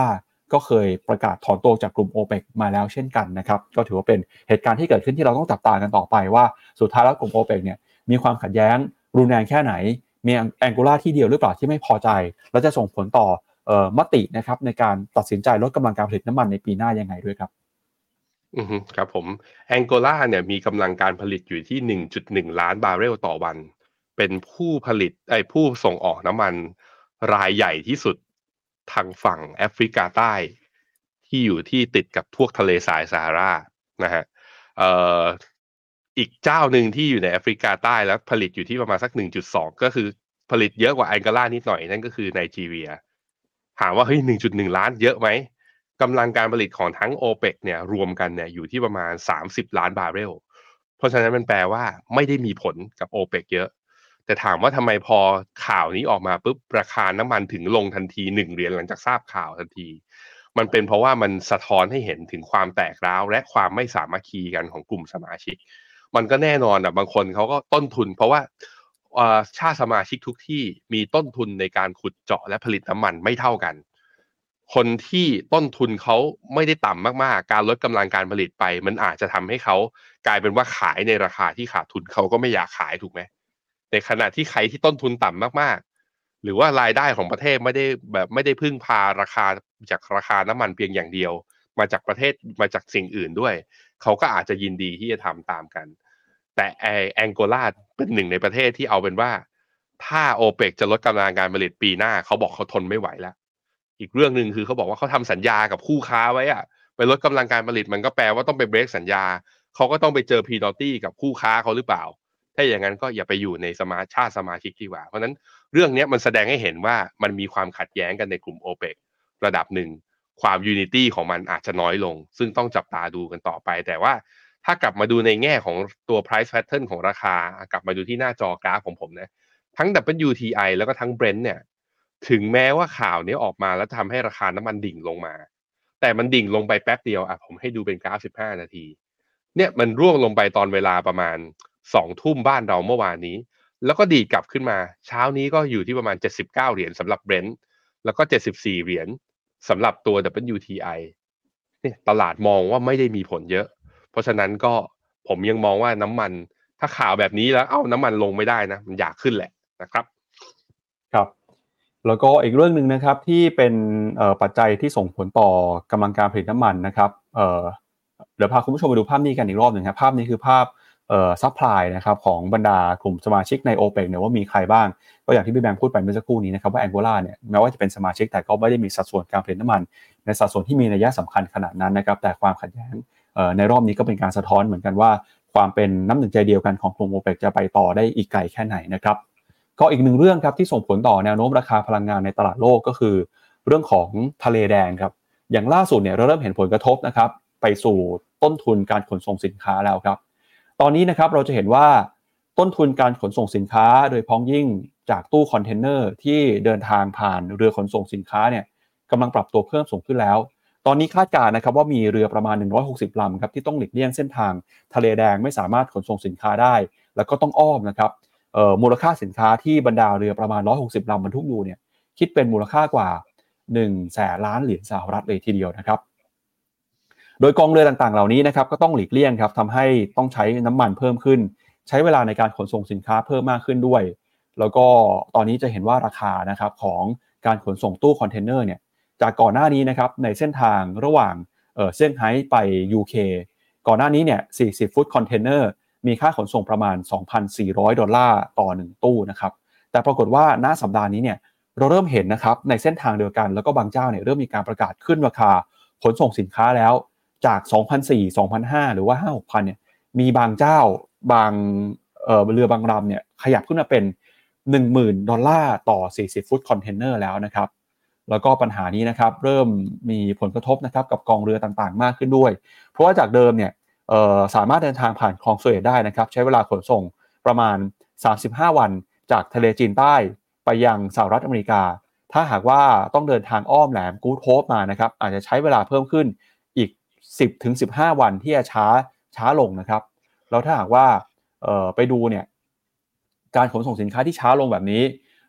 ก็เคยประกาศถอนตัวจากกลุ่ม โอเปก มาแล้วเช่นกันนะครับก็ถือว่าเป็นเหตุการณ์ที่เกิดขึ้นที่เราต้องจับตากันต่อไปว่าสุดท้ายแล้วกลุ่ม โอเปก เนี่ยมีความขัดแย้งรุนแรงแค่ไหนมีแองโกลาที่เดียวหรือเปล่าที่ไม่พอใจแล้วจะส่งผลต่อเอ่อมตินะครับในการตัดสินใจลดกำลังการผลิตน้ำมันในปีหน้ายังไงด้วยครับอือฮึครับผมแองโกลาเนี่ยมีกำลังการผลิตอยู่ที่ หนึ่งจุดหนึ่ง ล้านบาร์เรลต่อวันเป็นผู้ผลิตไอ้ผู้ส่งออกน้ำมันรายใหญ่ที่สุดทางฝั่งแอฟริกาใต้ที่อยู่ที่ติดกับพวกทะเลทรายซาฮารานะฮะเอ่ออีกเจ้าหนึ่งที่อยู่ในแอฟริกาใต้แล้วผลิตอยู่ที่ประมาณสัก หนึ่งจุดสอง ก็คือผลิตเยอะกว่าแองโกลานิดหน่อยนั่นก็คือไนจีเรียถามว่าเฮ้ย หนึ่งจุดหนึ่ง ล้านเยอะไหม กำลังการผลิตของทั้ง โอเปก เนี่ยรวมกันเนี่ยอยู่ที่ประมาณสามสิบล้านบาร์เรลเพราะฉะนั้นมันแปลว่าไม่ได้มีผลกับ โอเปก เยอะแต่ถามว่าทำไมพอข่าวนี้ออกมาปุ๊บราคาน้ำมันถึงลงทันทีหนึ่งเหรียญหลังจากทราบข่าวทันทีมันเป็นเพราะว่ามันสะท้อนให้เห็นถึงความแตกร้าวและความไม่สามัคคีกันของกลุ่มสมาชิกมันก็แน่นอนอ่ะบางคนเขาก็ต้นทุนเพราะว่าชาติสมาชิกทุกที่มีต้นทุนในการขุดเจาะและผลิตน้ำมันไม่เท่ากันคนที่ต้นทุนเขาไม่ได้ต่ำมากๆการลดกำลังการผลิตไปมันอาจจะทำให้เขากลายเป็นว่าขายในราคาที่ขาดทุนเขาก็ไม่อยากขายถูกไหมในขณะที่ใครที่ต้นทุนต่ำมากๆหรือว่ารายได้ของประเทศไม่ได้แบบไม่ได้พึ่งพาราคาจากราคาน้ำมันเพียงอย่างเดียวมาจากประเทศมาจากสิ่งอื่นด้วยเขาก็อาจจะยินดีที่จะทำตามกันแต่ไอแองโกลาเป็นหนึ่งในประเทศที่เอาเป็นว่าถ้าโอเปกจะลดกำลังการผลิตปีหน้าเขาบอกเขาทนไม่ไหวแล้วอีกเรื่องหนึ่งคือเขาบอกว่าเขาทำสัญญากับคู่ค้าไว้อะไปลดกำลังการผลิตมันก็แปลว่าต้องไปเบรกสัญญาเขาก็ต้องไปเจอพีนอลตี้กับคู่ค้าเขาหรือเปล่าถ้าอย่างนั้นก็อย่าไปอยู่ในสมาชาติสมาชิกดีกว่าเพราะนั้นเรื่องนี้มันแสดงให้เห็นว่ามันมีความขัดแย้งกันในกลุ่ม โอเปก ระดับหนึ่งความยูนิตี้ของมันอาจจะน้อยลงซึ่งต้องจับตาดูกันต่อไปแต่ว่าถ้ากลับมาดูในแง่ของตัว price pattern ของราคากลับมาดูที่หน้าจอกราฟของผมนะทั้ง ดับเบิลยู ที ไอ แล้วก็ทั้ง Brent เนี่ยถึงแม้ว่าข่าวนี้ออกมาแล้วทำให้ราคาน้ำมันดิ่งลงมาแต่มันดิ่งลงไปแป๊บเดียวอ่ะผมให้ดูเป็นกราฟสิบห้านาทีเนี่ยมันร่วงลงไปตอนเวลาประมาณสองทุ่มบ้านเราเมื่อวานนี้แล้วก็ดีดกลับขึ้นมาเช้านี้ก็อยู่ที่ประมาณเจ็ดสิบเก้าเหรียญสำหรับ Brent แล้วก็เจ็ดสิบสี่เหรียญสำหรับตัว ดับเบิลยู ที ไอ เนี่ยตลาดมองว่าไม่ได้มีผลเยอะเพราะฉะนั้นก็ผมยังมองว่าน้ำมันถ้าข่าวแบบนี้แล้วเอ้าน้ำมันลงไม่ได้นะมันอยากขึ้นแหละนะครับครับแล้วก็อีกเรื่องนึงนะครับที่เป็นเอ่อปัจจัยที่ส่งผลต่อกำลังการผลิตน้ำมันนะครับเอ่อเดี๋ยวพาคุณผู้ชมไปดูภาพนี้กันอีกรอบหนึ่งครับภาพนี้คือภาพเอ่อซัพพลายนะครับของบรรดากลุ่มสมาชิกใน โอเปก เนี่ยว่ามีใครบ้างก็อย่างที่พี่แบงค์พูดไปเมื่อสักครู่นี้นะครับว่าแองโกลาเนี่ยแม้ว่าจะเป็นสมาชิกแต่ก็ไม่ได้มีสัดส่วนการผลิตน้ำมันในสัดส่วนที่มีนัยสำคัญขนาดนั้นนะครับแต่ความขัดแย้งเอ่อในรอบนี้ก็เป็นการสะท้อนเหมือนกันว่าความเป็นน้ำหนึ่งใจเดียวกันของกลุ่ม โอเปก จะไปต่อได้อีกไกลแค่ไหนนะครับก็อีกหนึ่งเรื่องครับที่ส่งผลต่อแนวโน้มราคาพลังงานในตลาดโลกก็คือเรื่องของทะเลแดงครับอย่างล่าสุดเนี่ยเราเริ่มเห็นผลกระทบนะครับไปสู่ต้นทุนการขนส่งสินค้าแล้วครับตอนนี้นะครับเราจะเห็นว่าต้นทุนการขนส่งสินค้าโดยพ้องยิ่งจากตู้คอนเทนเนอร์ที่เดินทางผ่านเรือขนส่งสินค้าเนี่ยกำลังปรับตัวเพิ่มสูงขึ้นแล้วตอนนี้คาดการณ์นะครับว่ามีเรือประมาณหนึ่งร้อยหกสิบลำครับที่ต้องหลีกเลี่ยงเส้นทางทะเลแดงไม่สามารถขนส่งสินค้าได้แล้วก็ต้องอ้อมนะครับเอ่อมูลค่าสินค้าที่บรรดาเรือประมาณหนึ่งร้อยหกสิบลำบรรทุกอยู่เนี่ยคิดเป็นมูลค่ากว่าหนึ่งแสนล้านเหรียญสหรัฐเลยทีเดียวนะครับโดยกองเรือต่างๆเหล่านี้นะครับก็ต้องหลีกเลี่ยงครับทำให้ต้องใช้น้ำมันเพิ่มขึ้นใช้เวลาในการขนส่งสินค้าเพิ่มมากขึ้นด้วยแล้วก็ตอนนี้จะเห็นว่าราคานะครับของการขนส่งตู้คอนเทนเนอร์เนี่ยจากก่อนหน้านี้นะครับในเส้นทางระหว่างเอ่อเซี่ยงไฮ้ไป ยู เค ก่อนหน้านี้เนี่ยสี่สิบฟุตคอนเทนเนอร์มีค่าขนส่งประมาณ สองพันสี่ร้อย ดอลลาร์ต่อหนึ่งตู้นะครับแต่ปรากฏว่าณสัปดาห์นี้เนี่ยเราเริ่มเห็นนะครับในเส้นทางเดียวกันแล้วก็บางเจ้าเนี่ยเริ่มมีการประกาศขึ้นราคาขนส่งสินค้าแล้วจาก สองพันสี่ร้อย สองพันห้าร้อย หรือว่า ห้าหกพัน เนี่ยมีบางเจ้าบางเอ่อเรือบางลำเนี่ยขยับขึ้นมาเป็น หนึ่งหมื่น ดอลลาร์ต่อสี่สิบฟุตคอนเทนเนอร์แล้วนะครับแล้วก็ปัญหานี้นะครับเริ่มมีผลกระทบนะครับกับกองเรือต่างๆมากขึ้นด้วยเพราะว่าจากเดิมเนี่ยเอ่อสามารถเดินทางผ่านคลองสุเอซได้นะครับใช้เวลาขนส่งประมาณสามสิบห้าวันจากทะเลจีนใต้ไปยังสหรัฐอเมริกาถ้าหากว่าต้องเดินทางอ้อมแหลมกู๊ดโฮปมานะครับอาจจะใช้เวลาเพิ่มขึ้นอีก สิบถึงสิบห้า วันที่จะช้าช้าลงนะครับแล้วถ้าหากว่าเอ่อไปดูเนี่ยการขนส่งสินค้าที่ช้าลงแบบนี้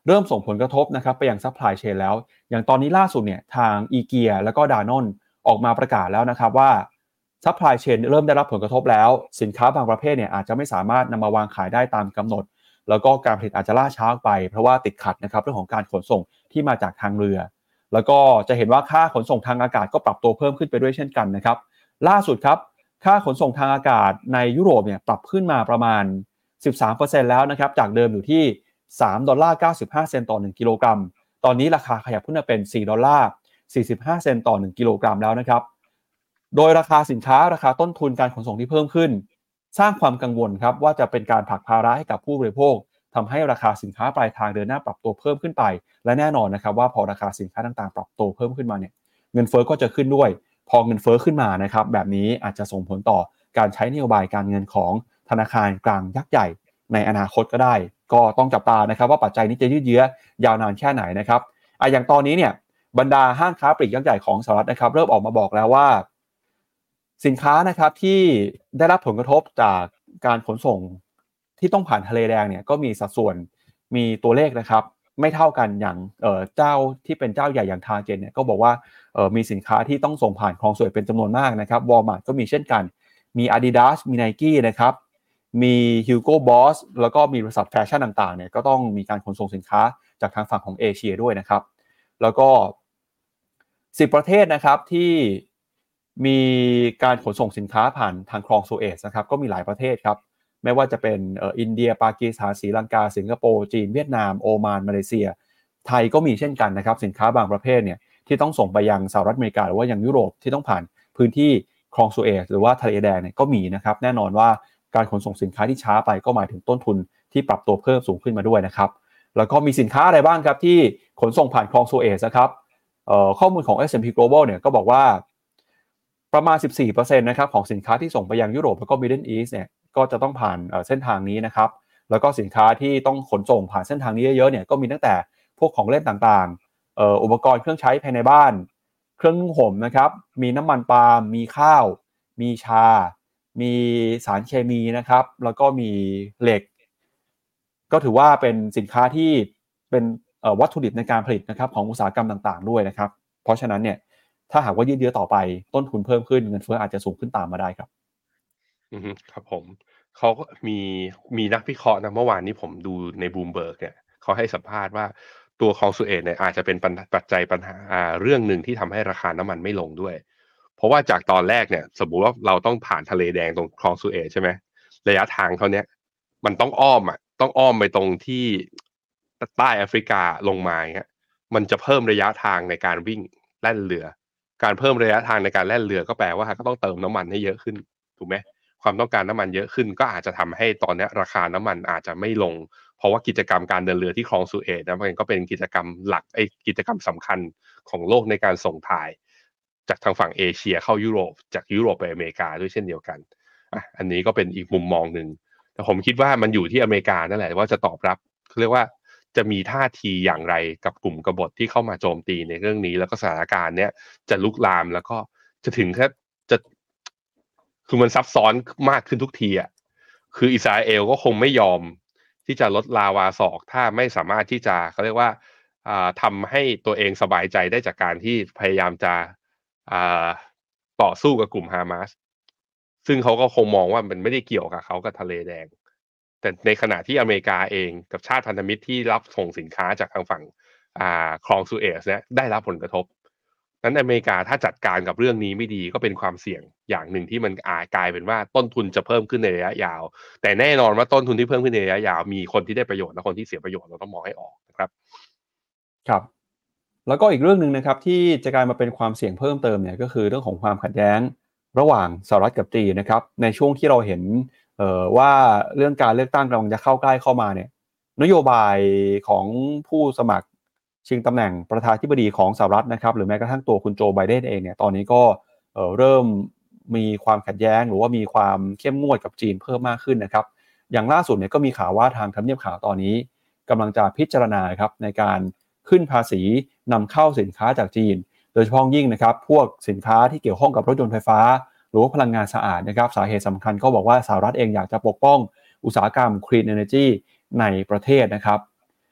เริ่มส่งผลกระทบนะครับไปยังซัพพลายเชนแล้วอย่างตอนนี้ล่าสุดเนี่ยทางอีเกียแล้วก็ดานอนออกมาประกาศแล้วนะครับว่าซัพพลายเชนเริ่มได้รับผลกระทบแล้วสินค้าบางประเภทเนี่ยอาจจะไม่สามารถนำมาวางขายได้ตามกำหนดแล้วก็การผลิตอาจจะล่าช้าไปเพราะว่าติดขัดนะครับเรื่องของการขนส่งที่มาจากทางเรือแล้วก็จะเห็นว่าค่าขนส่งทางอากาศก็ปรับตัวเพิ่มขึ้นไปด้วยเช่นกันนะครับล่าสุดครับค่าขนส่งทางอากาศในยุโรปเนี่ยปรับขึ้นมาประมาณ สิบสามเปอร์เซ็นต์ แล้วนะครับจากเดิมอยู่ที่สามดอลลาร์เก้าสิบห้าเซนต์ต่อหนึ่งกิโลกรัมตอนนี้ราคาขยับขึ้นมาเป็นสี่ดอลลาร์สี่สิบห้าเซนต์ต่อหนึ่งกิโลกรัมแล้วนะครับโดยราคาสินค้าราคาต้นทุนการขนส่งที่เพิ่มขึ้นสร้างความกังวลครับว่าจะเป็นการผลักภาระให้กับผู้บริโภคทำให้ราคาสินค้าปลายทางเดินหน้าปรับตัวเพิ่มขึ้นไปและแน่นอนนะครับว่าพอราคาสินค้าต่างๆปรับตัวเพิ่มขึ้นมาเนี่ยเงินเฟ้อก็จะขึ้นด้วยพอเงินเฟ้อขึ้นมานะครับแบบนี้อาจจะส่งผลต่อการใช้นโยบายการเงินของธนาคารกลางยักษ์ใหญ่ในอนาคตก็ได้ก็ต้องจับตานะครับว่าปัจจัยนี้จะยืดเยื้อยาวนานแค่ไหนนะครับอ่ะอย่างตอนนี้เนี่ยบรรดาห้างค้าปลีกยักษ์ใหญ่ของสหรัฐนะครับเริ่มออกมาบอกแล้วว่าสินค้านะครับที่ได้รับผลกระทบจากการขนส่งที่ต้องผ่านทะเลแดงเนี่ยก็มีสัดส่วนมีตัวเลขนะครับไม่เท่ากันอย่างเอ่อเจ้าที่เป็นเจ้าใหญ่อย่าง Target เนี่ยก็บอกว่าเอ่อมีสินค้าที่ต้องส่งผ่านคลองสุเอซเป็นจำนวนมากนะครับ Walmart ก็มีเช่นกันมี Adidas มี Nike นะครับมี Hugo Boss แล้วก็มีบริษัทแฟชั่นต่างๆเนี่ยก็ต้องมีการขนส่งสินค้าจากทางฝั่งของเอเชียด้วยนะครับแล้วก็สิบประเทศนะครับที่มีการขนส่งสินค้าผ่านทางคลองสุเอซนะครับก็มีหลายประเทศครับไม่ว่าจะเป็นเอ่ออินเดียปากีสถานศรีลังกาสิงคโปร์จีนเวียดนามโอมานมาเลเซียไทยก็มีเช่นกันนะครับสินค้าบางประเภทเนี่ยที่ต้องส่งไปยังสหรัฐอเมริกาหรือว่ายังยุโรปที่ต้องผ่านพื้นที่คลองสุเอซหรือว่าทะเลแดงเนี่ยก็มีนะครับแน่นอนว่าการขนส่งสินค้าที่ช้าไปก็หมายถึงต้นทุนที่ปรับตัวเพิ่มสูงขึ้นมาด้วยนะครับแล้วก็มีสินค้าอะไรบ้างครับที่ขนส่งผ่านคลองสุเอซนะครับเอ่อข้อมูลของ เอส แอนด์ พี Global เนี่ยก็บอกว่าประมาณ สิบสี่เปอร์เซ็นต์ นะครับของสินค้าที่ส่งไปยังยุโรปแล้วก็ Middle East เนี่ยก็จะต้องผ่านเส้นทางนี้นะครับแล้วก็สินค้าที่ต้องขนส่งผ่านเส้นทางนี้เยอะๆเนี่ยก็มีตั้งแต่พวกของเล่นต่างๆเอ่ออุปกรณ์เครื่องใช้ภายในบ้านเครื่องนุ่งห่มนะครับมีน้ำมันปาล์มมีข้าวมีชามีสารเคมีนะครับแล้วก็มีเหล็กก็ถือว่าเป็นสินค้าที่เป็นวัตถุดิบในการผลิตนะครับของอุตสาหกรรมต่างๆด้วยนะครับเพราะฉะนั้นเนี่ยถ้าหากว่ายืดเยื้อต่อไปต้นทุนเพิ่มขึ้นเงินเฟ้ออาจจะสูงขึ้นตามมาได้ครับอือฮึครับผมเขาก็มีมีนักวิเคราะห์นะเมื่อวานนี้ผมดูใน Bloomberg เนี่ยเขาให้สัมภาษณ์ว่าตัวคลองสุเอซเนี่ยอาจจะเป็นปัญปัจจัยปัญหาอ่าเรื่องหนึ่งที่ทำให้ราคาน้ำมันไม่ลงด้วยเพราะว่าจากตอนแรกเนี่ยสมมุติว่าเราต้องผ่านทะเลแดงตรงคลองสุเอซใช่ไหมระยะทางเท่าเนี้ยมันต้องอ้อมอะต้องอ้อมไปตรงที่ใต้แอฟริกาลงมาอย่างเงี้ยมันจะเพิ่มระยะทางในการวิ่งแล่นเรือการเพิ่มระยะทางในการแล่นเรือก็แปลว่าก็ต้องเติมน้ำมันให้เยอะขึ้นถูกไหม ความต้องการน้ำมันเยอะขึ้นก็อาจจะทำให้ตอนนี้ราคาน้ำมันอาจจะไม่ลงเพราะว่ากิจกรรมการเดินเรือที่คลองสุเอซนะมันก็เป็นกิจกรรมหลักไอ้กิจกรรมสำคัญของโลกในการส่งถ่ายจากทางฝั่งเอเชียเข้ายุโรปจากยุโรปไปอเมริกาด้วยเช่นเดียวกันอ่ะอันนี้ก็เป็นอีกมุมมองหนึ่งแต่ผมคิดว่ามันอยู่ที่อเมริกานั่นแหละว่าจะตอบรับเรียกว่าจะมีท่าทีอย่างไรกับกลุ่มกบฏที่เข้ามาโจมตีในเรื่องนี้แล้วก็สถานการณ์เนี้ยจะลุกลามแล้วก็จะถึงแค่จะคือมันซับซ้อนมากขึ้นทุกทีอ่ะคืออิสราเอลก็คงไม่ยอมที่จะลดลาวาศอกถ้าไม่สามารถที่จะเขาเรียกว่าทำให้ตัวเองสบายใจได้จากการที่พยายามจะต่อสู้กับกลุ่มฮามาสซึ่งเขาก็คงมองว่ามันไม่ได้เกี่ยวกับเขากับทะเลแดงแต่ในขณะที่อเมริกาเองกับชาติพันธมิตรที่รับส่งสินค้าจากทางฝั่งคลองสุเอซเนี่ยได้รับผลกระทบนั้นอเมริกาถ้าจัดการกับเรื่องนี้ไม่ดีก็เป็นความเสี่ยงอย่างหนึ่งที่มันอาจกลายเป็นว่าต้นทุนจะเพิ่มขึ้นในระยะยาวแต่แน่นอนว่าต้นทุนที่เพิ่มขึ้นในระยะยาวมีคนที่ได้ประโยชน์และคนที่เสียประโยชน์เราต้องมองให้ออกนะครับครับแล้วก็อีกเรื่องนึงนะครับที่จะกลายมาเป็นความเสี่ยงเพิ่มเติมเนี่ยก็คือเรื่องของความขัดแย้งระหว่างสหรัฐกับจีนนะครับในช่วงที่เราเห็นเอ่อว่าเรื่องการเลือกตั้งกำลังจะเข้าใกล้เข้ามาเนี่ยนโยบายของผู้สมัครชิงตำแหน่งประธานาธิบดีของสหรัฐนะครับหรือแม้กระทั่งตัวคุณโจไบเดนเองเนี่ยตอนนี้ก็เอ่อเริ่มมีความขัดแย้งหรือว่ามีความเข้มงวดกับจีนเพิ่มมากขึ้นนะครับอย่างล่าสุดเนี่ยก็มีข่าวว่าทางทำเนียบขาวตอนนี้กำลังจะพิจารณาครับในการขึ้นภาษีนำเข้าสินค้าจากจีนโดยเฉพาะยิ่งนะครับพวกสินค้าที่เกี่ยวข้องกับรถยนต์ไฟฟ้าหรือว่าพลังงานสะอาดนะครับสาเหตุสำคัญก็บอกว่าสหรัฐเองอยากจะปกป้องอุตสาหกรรม Clean Energy ในประเทศนะครับ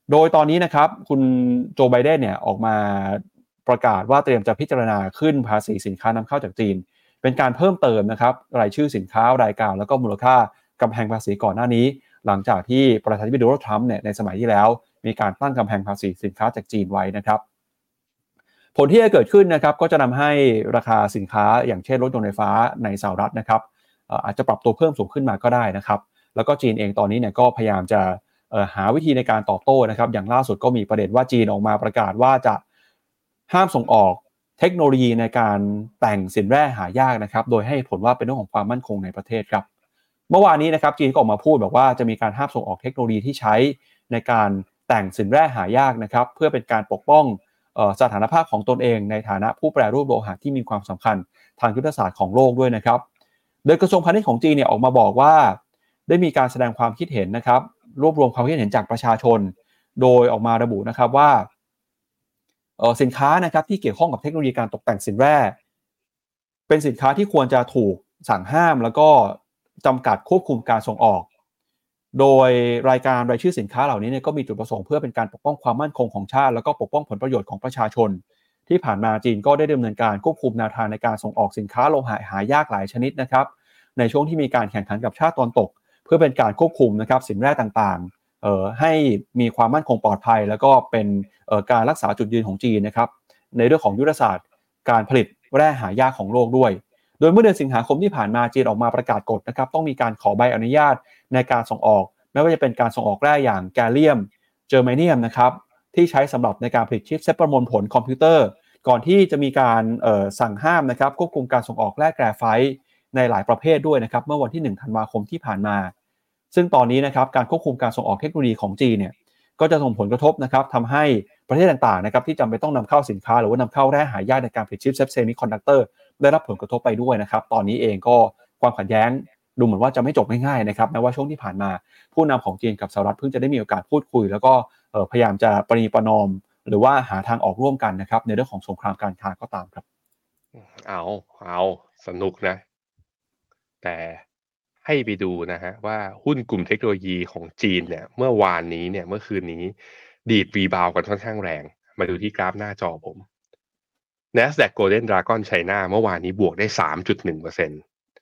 โดยตอนนี้นะครับคุณโจไบเดนเนี่ยออกมาประกาศว่าเตรียมจะพิจารณาขึ้นภาษีสินค้านำเข้าจากจีนเป็นการเพิ่มเติมนะครับรายชื่อสินค้ารายการแล้วก็มูลค่ากำแพงภาษีก่อนหน้านี้หลังจากที่ประธานาธิบดีโดนัลด์ทรัมป์เนี่ยในสมัยที่แล้วมีการตั้งกำแพงภาษีสินค้าจากจีนไว้นะครับผลที่จะเกิดขึ้นนะครับก็จะนำให้ราคาสินค้าอย่างเช่นรถยนต์ไฟฟ้าในสหรัฐนะครับอาจจะปรับตัวเพิ่มสูงขึ้นมาก็ได้นะครับแล้วก็จีนเองตอนนี้เนี่ยก็พยายามจะหาวิธีในการตอบโต้นะครับอย่างล่าสุดก็มีประเด็นว่าจีนออกมาประกาศว่าจะห้ามส่งออกเทคโนโลยีในการแต่งสินแร่หายากนะครับโดยให้ผลว่าเป็นเรื่องของความมั่นคงในประเทศครับเมื่อวานนี้นะครับจีนก็ออกมาพูดบอกว่าจะมีการห้ามส่งออกเทคโนโลยีที่ใช้ในการแต่งสินแร่หายากนะครับเพื่อเป็นการปกป้องสถานภาพของตนเองในฐานะผู้แปรรูปโลหะที่มีความสำคัญทางยุทธศาสตร์ของโลกด้วยนะครับโดยกระทรวงพาณิชย์ของจีนเนี่ยออกมาบอกว่าได้มีการแสดงความคิดเห็นนะครับรวบรวมความคิดเห็นจากประชาชนโดยออกมาระบุนะครับว่าสินค้านะครับที่เกี่ยวข้องกับเทคโนโลยีการตกแต่งสินแร่เป็นสินค้าที่ควรจะถูกสั่งห้ามแล้วก็จำกัดควบคุมการส่งออกโดยรายการรายชื่อสินค้าเหล่านี้เนี่ยก็มีจุดประสงค์เพื่อเป็นการปกป้องความมั่นคงของชาติแล้วก็ปกป้องผลประโยชน์ของประชาชนที่ผ่านมาจีนก็ได้ดำเนินการควบคุมแนวทางในการส่งออกสินค้าโลหะหายากหลายชนิดนะครับในช่วงที่มีการแข่งขันกับชาติตะวันตกเพื่อเป็นการควบคุมนะครับสินแร่ต่างๆเอ่อให้มีความมั่นคงปลอดภัยแล้วก็เป็นเอ่อการรักษาจุดยืนของจีนนะครับในเรื่องของยุทธศาสตร์การผลิตแร่หายากของโลกด้วยโดยเมื่อเดือนสิงหาคมที่ผ่านมาจีนออกมาประกาศกฎนะครับต้องมีการขอใบอนุญาตในการส่งออกไม่ว่าจะเป็นการส่งออกแร่อย่างแกลเลียมเจอร์มาเนียมนะครับที่ใช้สำหรับในการผลิตชิปเซตประมวลผลคอมพิวเตอร์ก่อนที่จะมีการเอ่อสั่งห้ามนะครับควบคุมการส่งออกแร่แกรไฟต์ในหลายประเภทด้วยนะครับเมื่อวันที่หนึ่งธันวาคมที่ผ่านมาซึ่งตอนนี้นะครับการควบคุมการส่งออกเทคโนโลยีของจีนเนี่ยก็จะส่งผลกระทบนะครับทำให้ประเทศต่างๆนะครับที่จำเป็นต้องนำเข้าสินค้าหรือว่านำเข้าแร่หายากในการผลิตชิปเซมิคอนดักเตอร์ได้รับผลกระทบไปด้วยนะครับตอนนี้เองก็ความขัดแย้งดูเหมือนว่าจะไม่จบง่ายๆนะครับแม้ว่าช่วงที่ผ่านมาผู้นำของจีนกับสหรัฐเพิ่งจะได้มีโอกาสพูดคุยแล้วก็พยายามจะประนีประนอมหรือว่าหาทางออกร่วมกันนะครับในเรื่องของสงครามการค้าก็ตามครับเอาเอาสนุกนะแต่ให้ไปดูนะฮะว่าหุ้นกลุ่มเทคโนโลยีของจีนเนี่ยเมื่อวานนี้เนี่ยเมื่อคืนนี้ดีดรีบาวกันค่อนข้างแรงมาดูที่กราฟหน้าจอผม Nasdaq Golden Dragon China เมื่อวานนี้บวกได้ สามจุดหนึ่งเปอร์เซ็นต์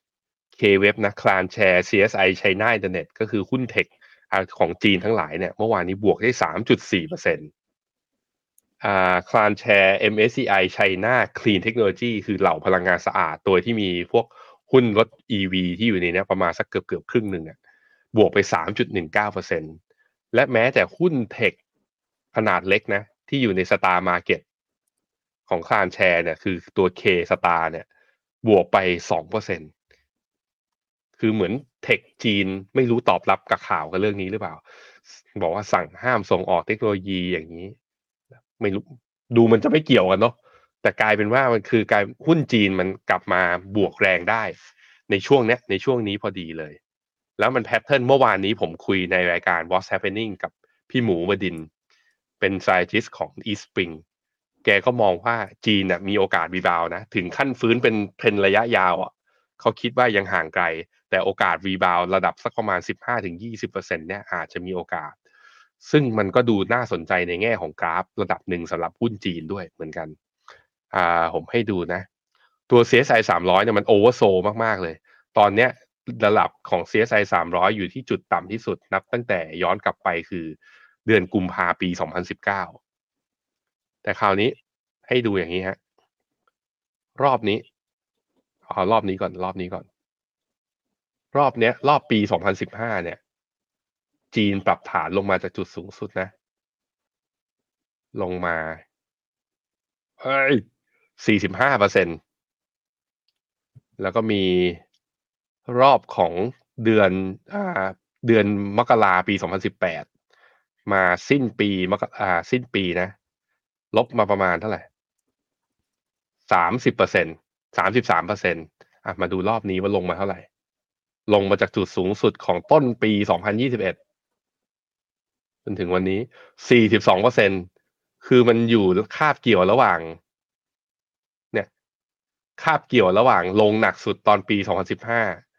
K-Web นะ Clan Share ซี เอส ไอ China Internet ก็คือหุ้นเทคของจีนทั้งหลายเนี่ยเมื่อวานนี้บวกได้ สามจุดสี่เปอร์เซ็นต์ อ่า Clan Share เอ็ม เอส ซี ไอ China Clean Technology คือเหล่าพลังงานสะอาดตัวที่มีพวกหุ้นรถ อี วี ที่อยู่ในนี้ประมาณสักเกือบๆครึ่งนึงอ่ะบวกไป สามจุดหนึ่งเก้าเปอร์เซ็นต์ และแม้แต่หุ้นเทคขนาดเล็กนะที่อยู่ใน Star Market ของ Clan Share เนี่ยคือตัว K Star เนี่ยบวกไป สองเปอร์เซ็นต์ คือเหมือนเทคจีนไม่รู้ตอบรับกับข่าวกับเรื่องนี้หรือเปล่าบอกว่าสั่งห้ามส่งออกเทคโนโลยีอย่างนี้ไม่รู้ดูมันจะไม่เกี่ยวกันเนาะแต่กลายเป็นว่ามันคือการหุ้นจีนมันกลับมาบวกแรงได้ในช่วงนี้ในช่วงนี้พอดีเลยแล้วมันแพทเทิร์นเมื่อวานนี้ผมคุยในรายการ What's Happening กับพี่หมูบดินเป็น scientist ของ East Spring แกก็มองว่าจีนน่ะมีโอกาสรีบาวนะถึงขั้นฟื้นเป็นเทรนระยะยาวอ่ะเขาคิดว่ายังห่างไกลแต่โอกาสรีบาวระดับสักประมาณ สิบห้าถึงยี่สิบเปอร์เซ็นต์ เนี่ยอาจจะมีโอกาสซึ่งมันก็ดูน่าสนใจในแง่ของกราฟระดับหนึ่งสำหรับหุ้นจีนด้วยเหมือนกันอ่าผมให้ดูนะตัว ซี เอส ไอ สามร้อยเนี่ยมันโอเวอร์โซลมากๆเลยตอนเนี้ยระดับของ ซี เอส ไอ สามร้อยอยู่ที่จุดต่ำที่สุดนับตั้งแต่ย้อนกลับไปคือเดือนกุมภาพันธ์ปีสองพันสิบเก้าแต่คราวนี้ให้ดูอย่างนี้ฮะรอบนี้อ๋อรอบนี้ก่อนรอบนี้ก่อนรอบเนี้ยรอบปีสองพันสิบห้าเนี่ยจีนปรับฐานลงมาจากจุดสูงสุดนะลงมาเฮ้ย สี่สิบห้าเปอร์เซ็นต์ แล้วก็มีรอบของเดือนอ่าเดือนมกราปีสองพันสิบแปดมาสิ้นปีมกอ่าสิ้นปีนะลบมาประมาณเท่าไหร่ สามสิบเปอร์เซ็นต์ สามสิบสามเปอร์เซ็นต์ อ่ะมาดูรอบนี้ว่าลงมาเท่าไหร่ลงมาจากจุดสูงสุดของต้นปีสองพันยี่สิบเอ็ดจนถึงวันนี้ สี่สิบสองเปอร์เซ็นต์ คือมันอยู่คาบเกี่ยวระหว่างเนี่ยคาบเกี่ยวระหว่างลงหนักสุดตอนปีสองพันสิบห้า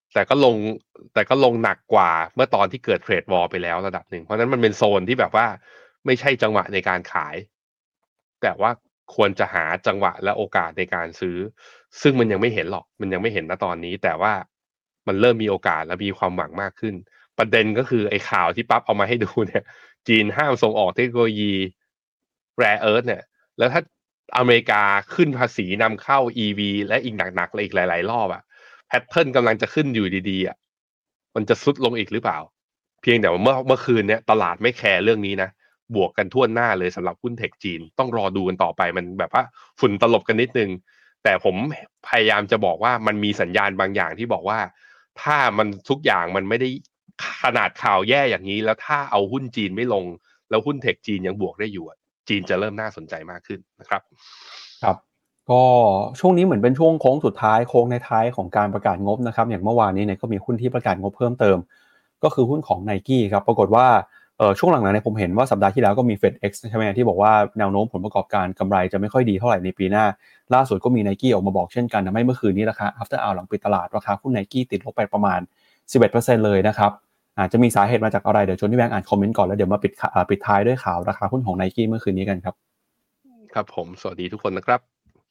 แต่ก็ลงแต่ก็ลงหนักกว่าเมื่อตอนที่เกิดเทรดวอร์ไปแล้วระดับหนึ่งเพราะนั้นมันเป็นโซนที่แบบว่าไม่ใช่จังหวะในการขายแต่ว่าควรจะหาจังหวะและโอกาสในการซื้อซึ่งมันยังไม่เห็นหรอกมันยังไม่เห็นณตอนนี้แต่ว่ามันเริ่มมีโอกาสและมีความหวังมากขึ้นประเด็นก็คือไอ้ข่าวที่ปั๊บเอามาให้ดูเนี่ยจีนห้ามส่งออกเทคโนโลยี Rare Earth เนี่ยแล้วถ้าอเมริกาขึ้นภาษีนำเข้า อี วี และอีกหนักๆเลยอีกหลายๆรอบอะแพทเทิร์นกำลังจะขึ้นอยู่ดีๆอ่ะมันจะซุดลงอีกหรือเปล่าเพียงแต่ว่าเมื่อเมื่อคืนเนี้ยตลาดไม่แคร์เรื่องนี้นะบวกกันทั่วหน้าเลยสำหรับหุ้นเทคจีนต้องรอดูกันต่อไปมันแบบว่าฝุ่นตลบกันนิดนึงแต่ผมพยายามจะบอกว่ามันมีสัญญาณบางอย่างที่บอกว่าถ้ามันทุกอย่างมันไม่ได้ขนาดข่าวแย่อย่างนี้แล้วถ้าเอาหุ้นจีนไม่ลงแล้วหุ้นเทคจีนยังบวกได้อยู่จีนจะเริ่มน่าสนใจมากขึ้นนะครับครับก็ช่วงนี้เหมือนเป็นช่วงโค้งสุดท้ายโค้งในท้ายของการประกาศงบนะครับอย่างเมื่อวานนี้เนี่ยก็มีหุ้นที่ประกาศงบเพิ่มเติมก็คือหุ้นของ Nike ครับปรากฏว่าเอ่อช่วงหลังๆเนี่ยผมเห็นว่าสัปดาห์ที่แล้วก็มี FedEx ใช่ไหมที่บอกว่าแนวโน้มผลประกอบการกำไรจะไม่ค่อยดีเท่าไหร่ในปีหน้าล่าสุดก็มี Nike ออกมาบอกเช่นกันทำให้เมื่อคืนนี้ราคา after hour หลังปิดตลาดราคาหุ้น Nike ติดลบไปประมาณ สิบเอ็ดเปอร์เซ็นต์ เลยนะครับอาจจะมีสาเหตุมาจากอะไรเดี๋ยวชวนพี่แบงค์อ่านคอมเมนต์ก่อนแล้วเดี๋ยวมาปิดปิดท้ายด้วยข่าวราคาหุ้นของ Nike เมื่อคืนนี้กันครับครับผมสวัสดีทุกคนนะครับ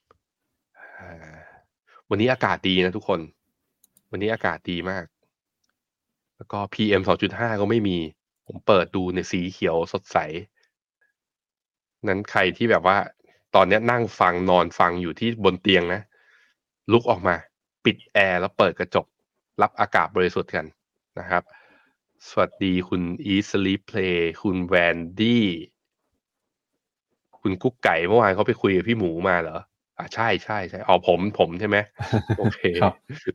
วันนี้อากาศดีนะทุกคนวันนี้อากาศดีมากแล้วก็ พี เอ็ม สองจุดห้า ก็ไม่มีผมเปิดดูในสีเขียวสดใสนั้นใครที่แบบว่าตอนนี้นั่งฟังนอนฟังอยู่ที่บนเตียงนะลุกออกมาปิดแอร์แล้วเปิดกระจกรับอากาศบริสุทธิ์กันนะครับสวัสดีคุณ Eat Sleep Play คุณแวนดี้คุณกุ๊กไก่เมื่อวานเขาไปคุยกับพี่หมูมาเหรออ่าใช่ใช่ใช่อ๋อผมผมใช่ไหมโอเคครับ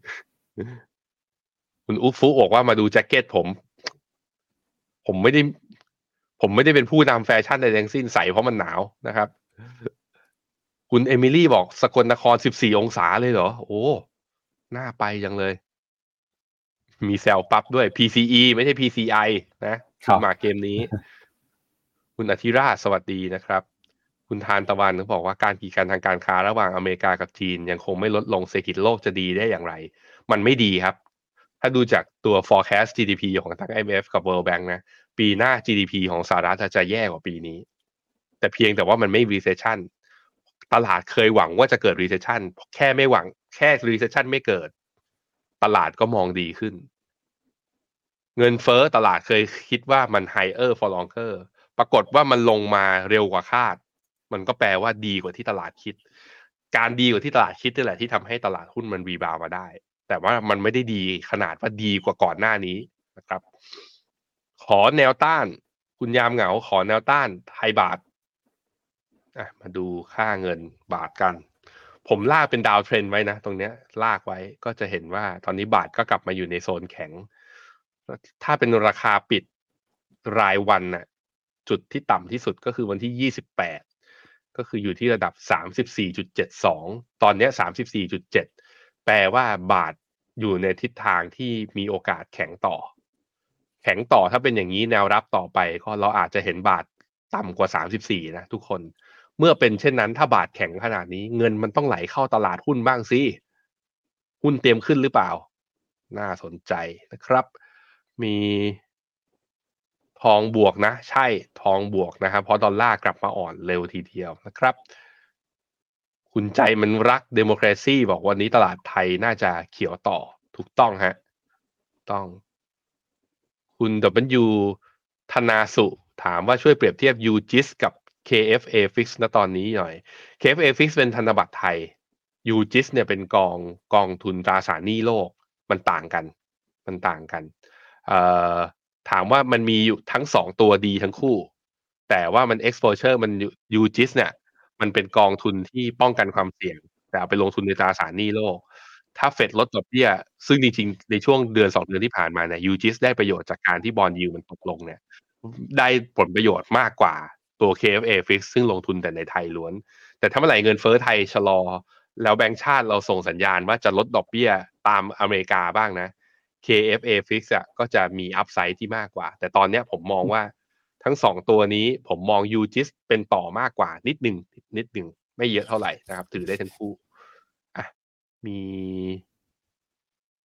คุณอุ๊บฟุบอกว่ามาดูแจ็คเก็ตผมผมไม่ได้ผมไม่ได้เป็นผู้นำแฟชั่นใดทั้งสิ้นใส่เพราะมันหนาวนะครับคุณเอมิลี่บอกสกลนครสิบสี่องศาเลยเหรอโอ้น่าไปจังเลยมีแซลปั๊บด้วย พี ซี อี ไม่ใช่ พี ซี ไอ นะมาเกมนี้คุณอธิราชสวัสดีนะครับคุณทานตะวันเขาบอกว่าการกีดกันทางการค้าระหว่างอเมริกากับจีนยังคงไม่ลดลงเศรษฐกิจโลกจะดีได้อย่างไรมันไม่ดีครับถ้าดูจากตัว forecast จี ดี พี ของทั้ง ไอ เอ็ม เอฟ กับ World Bank นะปีหน้า จี ดี พี ของสหรัฐจะแย่กว่าปีนี้แต่เพียงแต่ว่ามันไม่ recession ตลาดเคยหวังว่าจะเกิด recession แค่ไม่หวังแค่ recession ไม่เกิดตลาดก็มองดีขึ้นเงินเฟ้อตลาดเคยคิดว่ามัน higher for longer ปรากฏว่ามันลงมาเร็วกว่าคาดมันก็แปลว่าดีกว่าที่ตลาดคิดการดีกว่าที่ตลาดคิดนี่แหละที่ทำให้ตลาดหุ้นมันรีบาวมาได้แต่ว่ามันไม่ได้ดีขนาดว่าดีกว่าก่อนหน้านี้นะครับขอแนวต้านคุณยามเหงาขอแนวต้านไทยบาทอ่ะมาดูค่าเงินบาทกันผมลากเป็นดาวเทรนไว้นะตรงเนี้ยลากไว้ก็จะเห็นว่าตอนนี้บาทก็กลับมาอยู่ในโซนแข็งถ้าเป็นราคาปิดรายวันน่ะจุดที่ต่ำที่สุดก็คือวันที่ยี่สิบแปดก็คืออยู่ที่ระดับ สามสิบสี่จุดเจ็ดสอง ตอนนี้ สามสิบสี่จุดเจ็ด แปลว่าบาทอยู่ในทิศทางที่มีโอกาสแข็งต่อแข็งต่อถ้าเป็นอย่างนี้แนวรับต่อไปก็เราอาจจะเห็นบาทต่ำกว่าสามสิบสี่นะทุกคนเมื่อเป็นเช่นนั้นถ้าบาทแข็งขนาดนี้เงินมันต้องไหลเข้าตลาดหุ้นบ้างสิหุ้นเตรียมขึ้นหรือเปล่าน่าสนใจนะครับมีทองบวกนะใช่ทองบวกนะครับเพราะดอลลาร์กลับมาอ่อนเร็วทีเดียวนะครับคุณใจมันรักเดโมแครซีบอกวันนี้ตลาดไทยน่าจะเขียวต่อถูกต้องฮะต้องคุณ W ธนาสุถามว่าช่วยเปรียบเทียบ ยู จี ไอ เอส กับ เค เอฟ เอ Fix ณตอนนี้หน่อย เค เอฟ เอ Fix เป็นธนบัตรไทย ยู จี ไอ เอส เนี่ยเป็นกองกองทุนตราสารหนี้โลกมันต่างกันมันต่างกันเอ่อถามว่ามันมีอยู่ทั้งสองตัวดีทั้งคู่แต่ว่ามัน exposure มัน ยู จี ไอ เอส เนี่ยมันเป็นกองทุนที่ป้องกันความเสี่ยงแต่เอาไปลงทุนในตราสารหนี้โลกถ้าเฟดลดดอกเบี้ยซึ่งจริงๆในช่วงเดือนสองเดือนที่ผ่านมาเนี่ย ยู จี ไอ เอส ได้ประโยชน์จากการที่บอนด์ยิลด์มันตกลงเนี่ยได้ผลประโยชน์มากกว่าตัว เค เอฟ เอ Fix ซึ่งลงทุนแต่ในไทยล้วนแต่ถ้าเมื่อไหร่เงินเฟ้อไทยชะลอแล้วแบงก์ชาติเราส่งสัญญาณว่าจะลดดอกเบี้ยตามอเมริกาบ้างนะ เค เอฟ เอ Fix อ่ะก็จะมีอัพไซด์ที่มากกว่าแต่ตอนเนี้ยผมมองว่าทั้งสองตัวนี้ผมมอง ยู จี ไอ เอส เป็นต่อมากกว่านิดหนึ่งนิดหนึ่งไม่เยอะเท่าไหร่นะครับถือได้ทั้งคู่อ่ะมี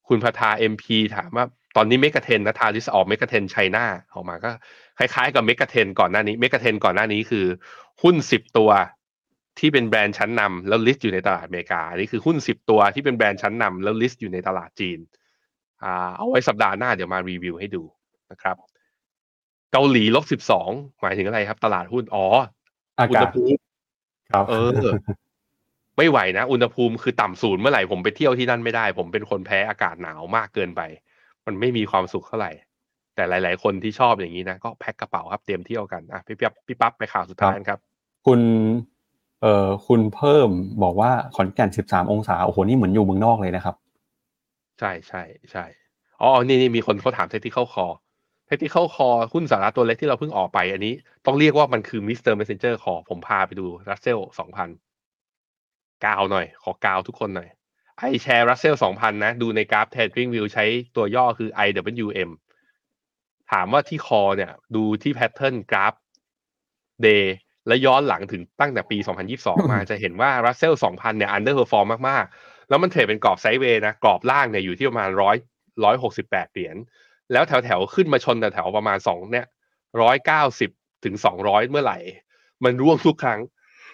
คุณพทา เอ็ม พี ถามว่าตอนนี้เมกะเทรนนะทาริสออกเมกะเทรนไชน่าออกมาก็คล้ายๆกับเมกะเทรนก่อนหน้านี้เมกะเทรนก่อนหน้านี้คือหุ้นสิบตัวที่เป็นแบรนด์ชั้นนำแล้วลิสต์อยู่ในตลาดอเมริกาอันนี้คือหุ้นสิบตัวที่เป็นแบรนด์ชั้นนำแล้วลิสต์อยู่ในตลาดจีนอ่าเอาไว้สัปดาห์หน้าเดี๋ยวมารีวิวให้ดูนะครับเกาหลีลบสิบสองหมายถึงอะไรครับตลาดหุ้นอ๋ออุณหภูมิครับเออไม่ไหวนะอุณหภูมิคือต่ำศูนย์เมื่อไหร่ผมไปเที่ยวที่นั่นไม่ได้ผมเป็นคนแพ้อากาศหนาวมากเกินไปมันไม่มีความสุขเท่าไหร่แต่หลายๆคนที่ชอบอย่างนี้นะก็แพ็คกระเป๋าครับเตรียมเที่ยวกันอ่ะพี่ปั๊บพี่ปั๊บไปข่าวสุดท้ายครับคุณเอ่อคุณเพิ่มบอกว่าขอนแก่นสิบสามองศาโอ้โหนี่เหมือนอยู่เมืองนอกเลยนะครับใช่ใช่ใช่อ๋อนี่นี่มีคนเขาถาม technical call technical call หุ้นสาระตัวเล็กที่เราเพิ่งออกไปอันนี้ต้องเรียกว่ามันคือ มิสเตอร์ Messenger Call ผมพาไปดู Russell สองพันกาวหน่อยขอกาวทุกคนหน่อยไอแชร์ Russell สองพันนะดูในกราฟ Trading View ใช้ตัวย่อคือ ไอ ดับเบิลยู เอ็ม ถามว่าที่ call เนี่ยดูที่ pattern กราฟ day และย้อนหลังถึงตั้งแต่ปีสองพันยี่สิบสองมาจะเห็นว่า Russell สองพันเนี่ย underperform มากๆแล้วมันเทรดเป็นกรอบไซด์เวย์นะกรอบล่างเนี่ยอยู่ที่ประมาณหนึ่งร้อย หนึ่งร้อยหกสิบแปดเหรียญแล้วแถวๆขึ้นมาชนแถวๆประมาณสองเนี่ยหนึ่งร้อยเก้าสิบถึงสองร้อยเมื่อไหร่มันร่วงทุกครั้ง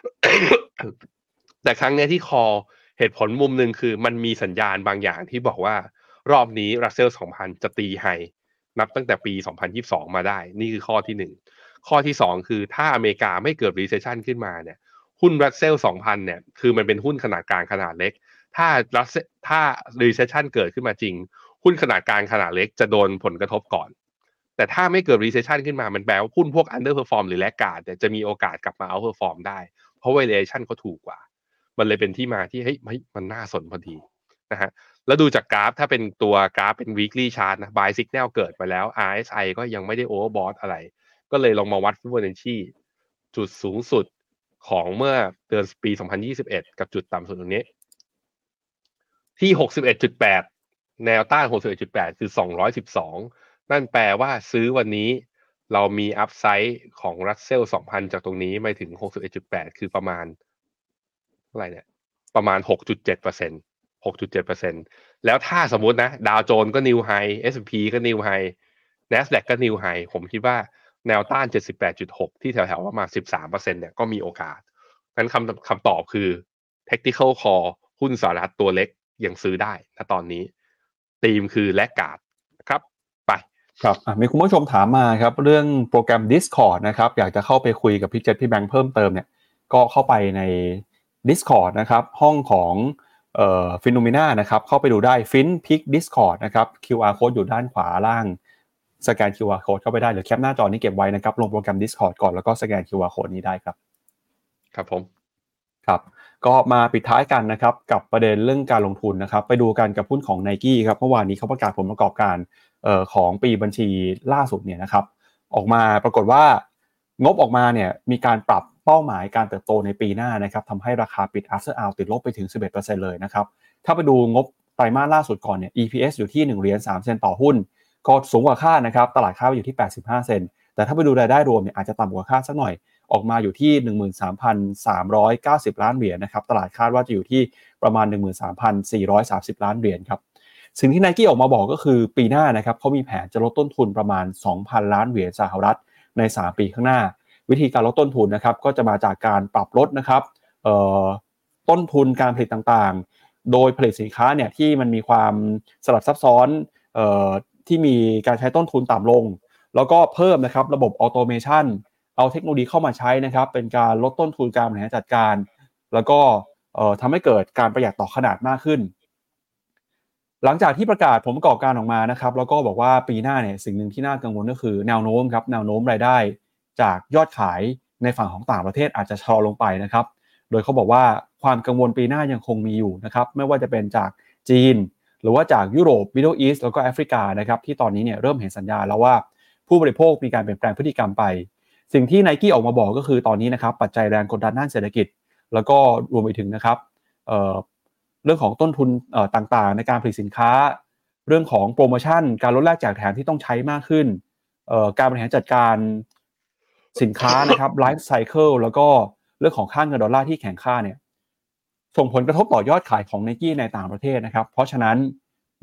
แต่ครั้งนี้ที่คอเหตุผลมุมหนึ่งคือมันมีสัญญาณบางอย่างที่บอกว่ารอบนี้ Russell สองพันจะตีไฮนับตั้งแต่ปีสองพันยี่สิบสองมาได้นี่คือข้อที่หนึ่งข้อที่สองคือถ้าอเมริกาไม่เกิด recession ขึ้นมาเนี่ยหุ้น Russell สองพันเนี่ยคือมันเป็นหุ้นขนาดกลางขนาดเล็กถ้า Russell ถ้า recession เกิดขึ้นมาจริงหุ้นขนาดกลางขนาดเล็กจะโดนผลกระทบก่อนแต่ถ้าไม่เกิด recession ขึ้นมามันแปลว่าหุ้นพวก underperform หรือ laggard เนี่ยจะมีโอกาสกลับมา outperform ได้เพราะ valuation เขาถูกกว่ามันเลยเป็นที่มาที่เฮ้ยมันน่าสนพอดีนะฮะแล้วดูจากกราฟถ้าเป็นตัวกราฟเป็น weekly chart นะ buy signal เกิดไปแล้ว อาร์ เอส ไอ ก็ยังไม่ได้ overbought อะไรก็เลยลองมาวัด Fibonacci จุดสูงสุดของเมื่อเดือนปีสองพันยี่สิบเอ็ดกับจุดต่ำสุดตรงนี้ที่ หกสิบเอ็ดจุดแปด แนวต้าน หกสิบเอ็ดจุดแปด คือสองร้อยสิบสองนั่นแปลว่าซื้อวันนี้เรามีอัพไซด์ของ Russell สองพันจากตรงนี้ไปถึง หกสิบเอ็ดจุดแปด คือประมาณเท่าไหร่เนี่ยประมาณ หกจุดเจ็ดเปอร์เซ็นต์ หกจุดเจ็ดเปอร์เซ็นต์ แล้วถ้าสมมุตินะดาวโจนส์ก็นิวไฮ เอส แอนด์ พี ก็นิวไฮ NASDAQ ก็นิวไฮผมคิดว่าแนวต้าน เจ็ดสิบแปดจุดหก ที่แถวๆประมาณ สิบสามเปอร์เซ็นต์ เนี่ยก็มีโอกาสงั้นคำคำตอบคือ technical call หุ้นสหรัฐตัวเล็กยังซื้อได้ณตอนนี้ธีมคือแลกการ์ดนะครับไปครับมีคุณผู้ชมถามมาครับเรื่องโปรแกรม Discord นะครับอยากจะเข้าไปคุยกับพี่เจษพี่แบงค์เพิ่มเติมเนี่ยก็เข้าไปใน Discord นะครับห้องของเอ่อ Phenomena นะครับเข้าไปดูได้ FinPick Discord นะครับ คิว อาร์ Code อยู่ด้านขวาล่างสแกน คิว อาร์ Code เข้าไปได้หรือแคปหน้าจอนี้เก็บไว้นะครับลงโปรแกรม Discord ก่อนแล้วก็สแกน คิว อาร์ Code นี้ได้ครับครับผมครับก็มาปิดท้ายกันนะครับกับประเด็นเรื่องการลงทุนนะครับไปดูกันกับหุ้นของ Nike ครับเมื่อวานนี้เขาประกาศผลประกอบการเอ่อของปีบัญชีล่าสุดเนี่ยนะครับออกมาปรากฏว่างบออกมาเนี่ยมีการปรับเป้าหมายการเติบโตในปีหน้านะครับทำให้ราคาปิด After Hours ติดลบไปถึง สิบเอ็ดเปอร์เซ็นต์ เลยนะครับถ้าไปดูงบไตรมาสล่าสุดก่อนเนี่ย อี พี เอส อยู่ที่หนึ่งเหรียญสามเซนต์ต่อหุ้นก็สูงกว่าคาดนะครับตลาดคาดอยู่ที่แปดสิบห้าเซนต์แต่ถ้าไปดูรายได้รวมเนี่ยอาจจะต่ำกว่าคาดสักหน่อยออกมาอยู่ที่ หนึ่งหมื่นสามพันสามร้อยเก้าสิบ ล้านเหรียญนะครับตลาดคาดว่าจะอยู่ที่ประมาณ หนึ่งหมื่นสามพันสี่ร้อยสามสิบ ล้านเหรียญครับสิ่งที่ Nike ออกมาบอกก็คือปีหน้านะครับเขามีแผนจะลดต้นทุนประมาณ สองพัน ล้านเหรียญสหรัฐในสามปีข้างหน้าวิธีการลดต้นทุนนะครับก็จะมาจากการปรับลดนะครับเอ่อต้นทุนการผลิตต่างๆโดยผลิตสินค้าเนี่ยที่มันมีความสลับซับซ้อนเอ่อที่มีการใช้ต้นทุนต่ำลงแล้วก็เพิ่มนะครับระบบออโตเมชันเอาเทคโนโลยีเข้ามาใช้นะครับเป็นการลดต้นทุนการบริหารจัดการแล้วก็เอ่อทำให้เกิดการประหยัดต่อขนาดมากขึ้นหลังจากที่ประกาศผลประกอบการออกมานะครับแล้วก็บอกว่าปีหน้าเนี่ยสิ่งหนึ่งที่น่ากังวลก็คือแนวโน้มครับแนวโน้มรายได้จากยอดขายในฝั่งของต่างประเทศอาจจะชะลอลงไปนะครับโดยเขาบอกว่าความกังวลปีหน้ายังคงมีอยู่นะครับไม่ว่าจะเป็นจากจีนหรือว่าจากยุโรป Middle East แล้วก็แอฟริกานะครับที่ตอนนี้เนี่ยเริ่มเห็นสัญญาณแล้วว่าผู้บริโภคมีการเปลี่ยนแปลงพฤติกรรมไปสิ่งที่ Nike ออกมาบอกก็คือตอนนี้นะครับปัจจัยแรงกดดันด้านเศรษฐกิจแล้วก็รวมไปถึงนะครับเอ่อเรื่องของต้นทุนเอ่อต่างๆในการผลิตสินค้าเรื่องของโปรโมชั่นการลดแลกแจกแถมที่ต้องใช้มากขึ้นเอ่อการบริหารจัดการสินค้านะครับไลฟ์ไซเคิลแล้วก็เรื่องของค่าเงินดอลลาร์ที่แข็งค่าเนี่ยส่งผลกระทบต่อยอดขายของ Nike ในต่างประเทศนะครับเพราะฉะนั้น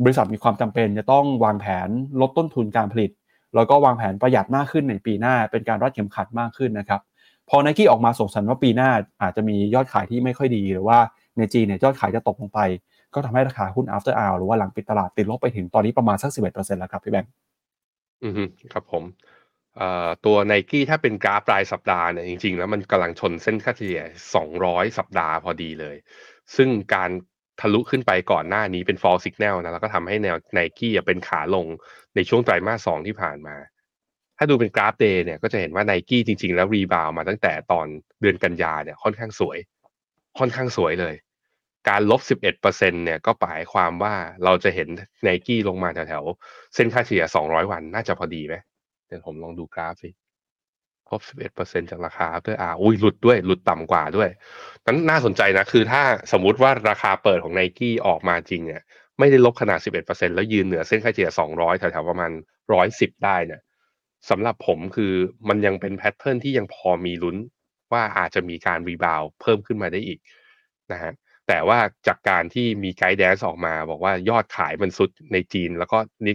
บริษัทมีความจำเป็นจะต้องวางแผนลดต้นทุนการผลิตแล้วก็วางแผนประหยัดมากขึ้นในปีหน้าเป็นการรัดเข็มขัดมากขึ้นนะครับพอ Nike ออกมาส่งสัญญาณว่าปีหน้าอาจจะมียอดขายที่ไม่ค่อยดีหรือว่าในจีนเนี่ยยอดขายจะตกลงไปก็ทำให้ราคาหุ้น after hour หรือว่าหลังปิดตลาดติดลบไปถึงตอนนี้ประมาณสัก สิบเอ็ดเปอร์เซ็นต์ แล้วครับพี่แบงค์อือฮึครับผมเอ่อตัว Nike ถ้าเป็นกราฟรายสัปดาห์เนี่ยจริงๆแล้วมันกำลังชนเส้นค่าเฉลี่ยสองร้อยสัปดาห์พอดีเลยซึ่งการทะลุขึ้นไปก่อนหน้านี้เป็น fall signal นะแล้วก็ทำให้แนว Nike อ่ะเป็นขาลงในช่วงไตรมาสสองที่ผ่านมาถ้าดูเป็นกราฟ day เนี่ยก็จะเห็นว่า Nike จริงๆแล้วรีบาวมาตั้งแต่ตอนเดือนกันยาเนี่ยค่อนข้างสวยค่อนข้างสวยเลยการลบ สิบเอ็ดเปอร์เซ็นต์ เนี่ยก็หมายความว่าเราจะเห็น Nike ลงมาแถวๆเส้นค่าเฉลี่ยสองร้อยวันน่าจะพอดีไหมเดี๋ยวผมลองดูกราฟสิลบ สิบเอ็ดเปอร์เซ็นต์ จากราคา after hour อุ้ยหลุดด้วยหลุดต่ำกว่าด้วยนั้นน่าสนใจนะคือถ้าสมมุติว่าราคาเปิดของ Nike ออกมาจริงเนี่ยไม่ได้ลบขนาด สิบเอ็ดเปอร์เซ็นต์ แล้วยืนเหนือเส้นค่าเฉลี่ยสองร้อยแถวๆประมาณหนึ่งร้อยสิบได้เนี่ยสำหรับผมคือมันยังเป็นแพทเทิร์นที่ยังพอมีลุ้นว่าอาจจะมีการรีบาวเพิ่มขึ้นมาได้อีกนะฮะแต่ว่าจากการที่มีไกด์แดนซ์ออกมาบอกว่ายอดขายมันสุดในจีนแล้วก็นิ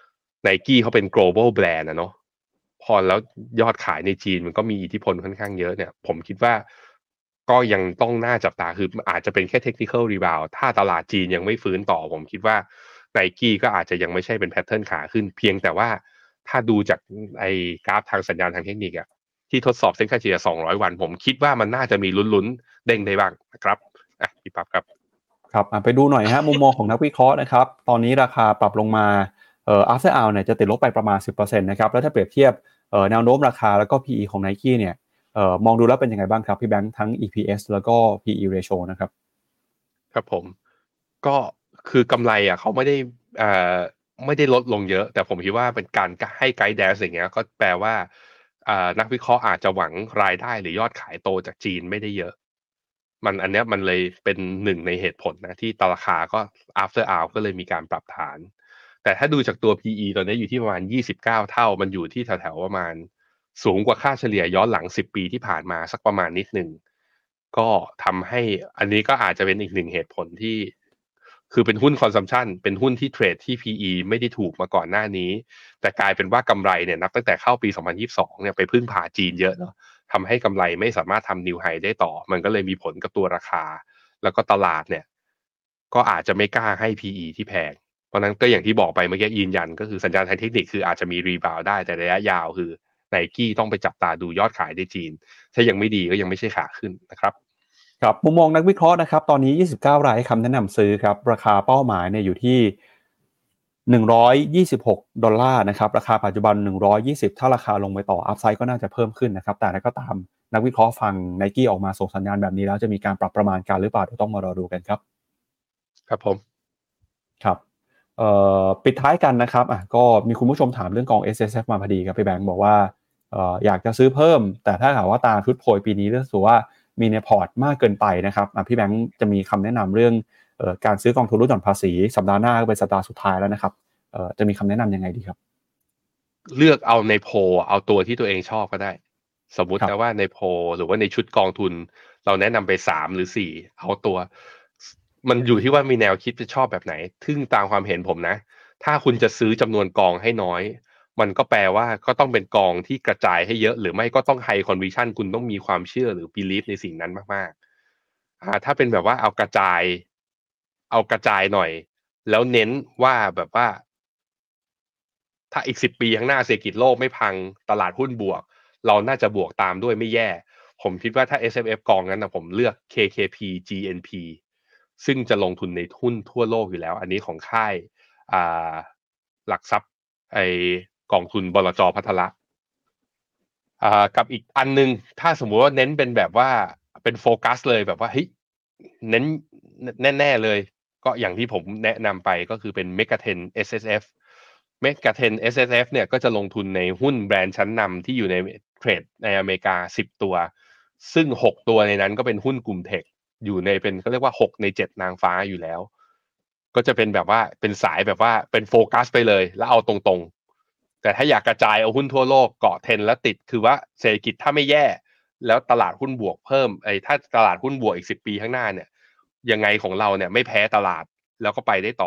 Nike เขาเป็น global brand นะเนาะพอแล้วยอดขายในจีนมันก็มีอิทธิพลค่อนข้างเยอะเนี่ยผมคิดว่าก็ยังต้องน่าจับตาคืออาจจะเป็นแค่ technical rebound ถ้าตลาดจีนยังไม่ฟื้นต่อผมคิดว่า Nike ก็อาจจะยังไม่ใช่เป็นแพทเทิร์นขาขึ้นเพียงแต่ว่าถ้าดูจากไอ้กราฟทางสัญญาณทางเทคนิคอะที่ทดสอบเส้นค่าเฉลี่ยสองร้อยวันผมคิดว่ามันน่าจะมีลุ้นๆเด้งได้บ้างนะครับอ่ะพี่ปั๊บครับครับไปดูหน่อยฮะมุมมองของนักวิเคราะห์นะครับตอนนี้ราคาปรับลงมาเอ่อ after hour เนี่ยจะติดลบไปประมาณ สิบเปอร์เซ็นต์ นะครับแล้วถ้าเปรียบเทียบเอ่อแนวโน้มราคาแล้วก็ พี อี ของ Nike เนี่ยเอ่อมองดูแล้วเป็นยังไงบ้างครับพี่แบงค์ทั้ง อี พี เอส แล้วก็ พี อี ratio นะครับครับผมก็คือกำไรอ่ะเขาไม่ได้เอ่อไม่ได้ลดลงเยอะแต่ผมคิดว่าเป็นการให้ไกด์แดนซ์อย่างเงี้ยก็แปลว่าอ่านักวิเคราะห์อาจจะหวังรายได้หรือยอดขายโตจากจีนไม่ได้เยอะมันอันเนี้ยมันเลยเป็นหนึ่งในเหตุผลนะที่ตราคาก็ after hour ก็เลยมีการปรับฐานแต่ถ้าดูจากตัว พี อี ตอนนี้อยู่ที่ประมาณยี่สิบเก้าเท่ามันอยู่ที่แถวๆประมาณสูงกว่าค่าเฉลี่ยย้อนหลังสิบปีที่ผ่านมาสักประมาณนิดหนึ่งก็ทำให้อันนี้ก็อาจจะเป็นอีกหนึ่งเหตุผลที่คือเป็นหุ้นคอนซัมชันเป็นหุ้นที่เทรดที่ พี อี ไม่ได้ถูกมาก่อนหน้านี้แต่กลายเป็นว่ากำไรเนี่ยนับตั้งแต่เข้าปีสองพันยี่สิบสองเนี่ยไปพึ่งพาจีนเยอะเนาะทำให้กำไรไม่สามารถทำนิวไฮได้ต่อมันก็เลยมีผลกับตัวราคาแล้วก็ตลาดเนี่ยก็อาจจะไม่กล้าให้ พี อี ที่แพงเพราะนั้นก็อย่างที่บอกไปเมื่อกี้ยืนยันก็คือสัญญาณทางเทคนิคคืออาจจะมีรีบาวด์ได้แต่ระยะยาวคือ Nike ต้องไปจับตาดูยอดขายในจีนถ้ายังไม่ดีก็ยังไม่ใช่ขาขึ้นนะครับครับมุมมองนักวิเคราะห์นะครับตอนนี้ยี่สิบเก้ารายให้คำแนะนำซื้อครับราคาเป้าหมายเนี่ยอยู่ที่หนึ่งร้อยยี่สิบหกดอลลาร์นะครับราคาปัจจุบันหนึ่งร้อยยี่สิบถ้าราคาลงไปต่ออัพไซด์ก็น่าจะเพิ่มขึ้นนะครับแต่นั้นก็ตามนักวิเคราะห์ฟัง Nike ออกมาส่งสัญญาณแบบนี้แล้วจะมีการปรับประมาณการหรือเปล่าเดี๋ยวต้องมารอดูกันครับครับผมครับเอ่อปิดท้ายกันนะครับอ่ะก็มีคุณผู้ชมถามเรื่องกอง เอส เอส เอฟ มาพอดีครับพี่แบงค์บอกว่าเอ่ออยากจะซื้อเพิ่มแต่ถ้าหากว่าตามชุดโพยปีนี้รู้สึกว่ามีในพอร์ตมากเกินไปนะครับอ่ะพี่แบงค์จะมีคำแนะนำเรื่องเอ่อการซื้อกองทุนลดหย่อนภาษีสัปดาห์หน้าก็เป็นสัปดาห์สุดท้ายแล้วนะครับเอ่อจะมีคำแนะนำยังไงดีครับเลือกเอาในโพลเอาตัวที่ตัวเองชอบก็ได้สมมุตินะว่าในโพลหรือว่าในชุดกองทุนเราแนะนำไปสามหรือสี่เอาตัวมันอยู่ที่ว่ามีแนวคิดจะชอบแบบไหนซึ่งตามความเห็นผมนะถ้าคุณจะซื้อจำนวนกองให้น้อยมันก็แปลว่าก็ต้องเป็นกองที่กระจายให้เยอะหรือไม่ก็ต้องไฮคอนวิชั่นคุณต้องมีความเชื่อหรือ belief ในสิ่งนั้นมากๆอ่าถ้าเป็นแบบว่าเอากระจายเอากระจายหน่อยแล้วเน้นว่าแบบว่าถ้าอีกสิบปีข้างหน้าเศรษฐกิจโลกไม่พังตลาดหุ้นบวกเราน่าจะบวกตามด้วยไม่แย่ผมคิดว่าถ้า เอส เอฟ เอฟ กองนั้นนะผมเลือก เค เค พี จี เอ็น พี ซึ่งจะลงทุนในหุ้นทั่วโลกอยู่แล้วอันนี้ของค่ายอ่าหลักทรัพย์ไอกองทุนบลจ.พัฒระอ่ากับอีกอันนึงถ้าสมมุติว่าเน้นเป็นแบบว่าเป็นโฟกัสเลยแบบว่าเฮ้ยเน้นแน่ๆเลยก็อย่างที่ผมแนะนำไปก็คือเป็น Megatrend เอส เอส เอฟ Megatrend เอส เอส เอฟ เนี่ยก็จะลงทุนในหุ้นแบรนด์ชั้นนำที่อยู่ในเทรดในอเมริกาสิบตัวซึ่งหกตัวในนั้นก็เป็นหุ้นกลุ่มเทคอยู่ในเป็นเขาเรียกว่าหกในเจ็ดนางฟ้าอยู่แล้วก็จะเป็นแบบว่าเป็นสายแบบว่าเป็นโฟกัสไปเลยแล้วเอาตรงๆแต่ถ้าอยากกระจายเอาหุ้นทั่วโลกเกาะเทรนด์แล้วติดคือว่าเศรษฐกิจถ้าไม่แย่แล้วตลาดหุ้นบวกเพิ่มไอ้ถ้าตลาดหุ้นบวกอีกสิบปีข้างหน้าเนี่ยยังไงของเราเนี่ยไม่แพ้ตลาดแล้วก็ไปได้ต่อ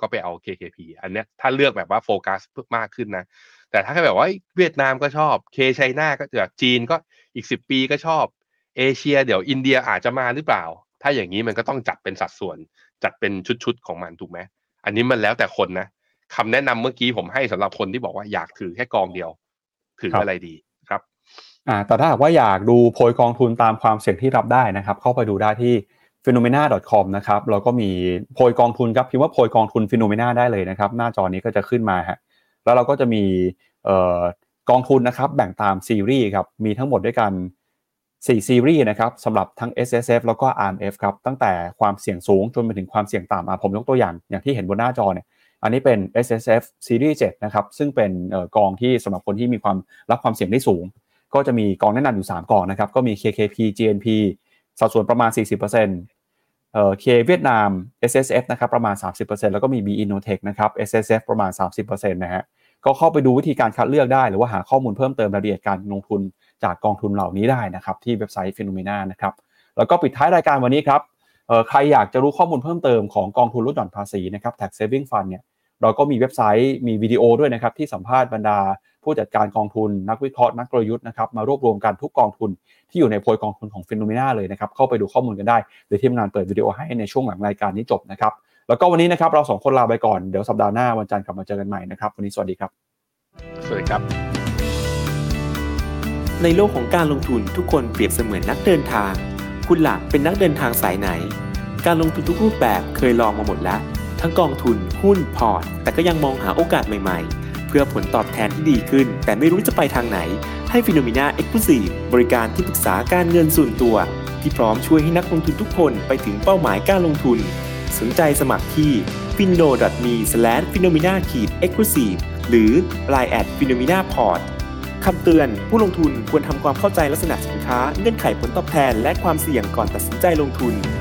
ก็ไปเอา เค เค พี อันเนี้ยถ้าเลือกแบบว่าโฟกัสมากขึ้นนะแต่ถ้าแค่แบบว่าเวียดนามก็ชอบ K China ก็แบบจีนก็อีกสิบปีก็ชอบเอเชียเดี๋ยวอินเดียอาจจะมาหรือเปล่าถ้าอย่างนี้มันก็ต้องจัดเป็นสัดส่วนจัดเป็นชุดๆของมันถูกไหมอันนี้มันแล้วแต่คนนะคำแนะนำเมื่อกี้ผมให้สำหรับคนที่บอกว่าอยากถือแค่กองเดียวถืออะไรดีครับอ่าแต่ถ้าหากว่าอยากดูโพยกองทุนตามความเสี่ยงที่รับได้นะครับเข้าไปดูได้ที่ ฟีโนเมนา ดอท คอม นะครับแล้วก็มีโพยกองทุนครับพิมพ์ว่าโพยกองทุน Phenomena ได้เลยนะครับหน้าจอนี้ก็จะขึ้นมาฮะแล้วเราก็จะมีเอ่อกองทุนนะครับแบ่งตามซีรีส์ครับมีทั้งหมดด้วยกันสี่ซีรีส์นะครับสำหรับทั้ง เอส เอส เอฟ แล้วก็ อาร์ เอ็ม เอฟ ครับตั้งแต่ความเสี่ยงสูงจนไปถึงความเสี่ยงต่ำอ่ะผมยกตัวอย่างอย่างที่เห็นบนหน้าจอเนี่ยอันนี้เป็น เอส เอส เอฟ ซีรีส์เจ็ดนะครับซึ่งเป็นเอ่อกองที่สำหรับคนที่มีความรับความเสี่ยงได้สูงก็จะมีกองแนะนำอยู่สามกองนะครับก็มี เค เค พี จี เอ็น พี สัดส่วนประมาณ สี่สิบเปอร์เซ็นต์ เอ่อ K เวียดนาม เอส เอส เอฟ นะครับประมาณ สามสิบเปอร์เซ็นต์ แล้วก็มี B Innotech นะครับ เอส เอส เอฟ ประมาณ สามสิบเปอร์เซ็นต์ นะฮะก็เข้าไปดูวิธีการคัดเลือกได้หรือว่าหาข้อมูลเพิ่มเติมรายละเอียดการลงทุนจากกองทุนเหล่านี้ได้นะครับที่เว็บไซต์ Phenomena นะครับแล้วก็ปิดท้ายรายการวันนี้ครับเอ่อใครอยากจะรู้ข้อมูลเพิ่มเติมของกองทุนลดหย่อนภาษีนะครับ Tax Saving Fund เนี่ยเราก็มีเว็บไซต์มีวิดีโอด้วยนะครับที่สัมภาษณ์บรรดาผู้จัดการกองทุนนักวิเคราะห์นักกลยุทธ์นะครับมารวบรวมกันทุกกองทุนที่อยู่ในโพยกองทุนของ Phenomena เลยนะครับเข้าไปดูข้อมูลกันได้โดยทีมงานเปิดวิดีโอให้ในช่วงหลังรายการนี้จบนะครับแล้วก็วันนี้นะครับเราสองคนลาไปก่อนเดี๋ยวสัปดาห์หน้าวันจันทร์กลับมาเจอกันใหม่นะครับวันนี้สวัสดีครับสวัสดีครับในโลกของการลงทุนทุกคนเปรียบเสมือนนักเดินทางคุณล่ะเป็นนักเดินทางสายไหนการลงทุนทุกรูปแบบเคยลองมาหมดแล้วทั้งกองทุนหุ้นพอร์ตแต่ก็ยังมองหาโอกาสใหม่ๆเพื่อผลตอบแทนที่ดีขึ้นแต่ไม่รู้จะไปทางไหนให้ Phenomena Exclusive บริการที่ปรึกษาการเงินส่วนตัวที่พร้อมช่วยให้นักลงทุนทุกคนไปถึงเป้าหมายการลงทุนสนใจสมัครที่ ฟิโน ดอท มี สแลช ฟีโนเมนา เอ็กซ์คลูซีฟ หรือ ไลน์ แอท ฟีโนเมนา พอร์ต คำเตือนผู้ลงทุนควรทำความเข้าใจลักษณะสินค้าเงื่อนไขผลตอบแทนและความเสี่ยงก่อนตัดสินใจลงทุน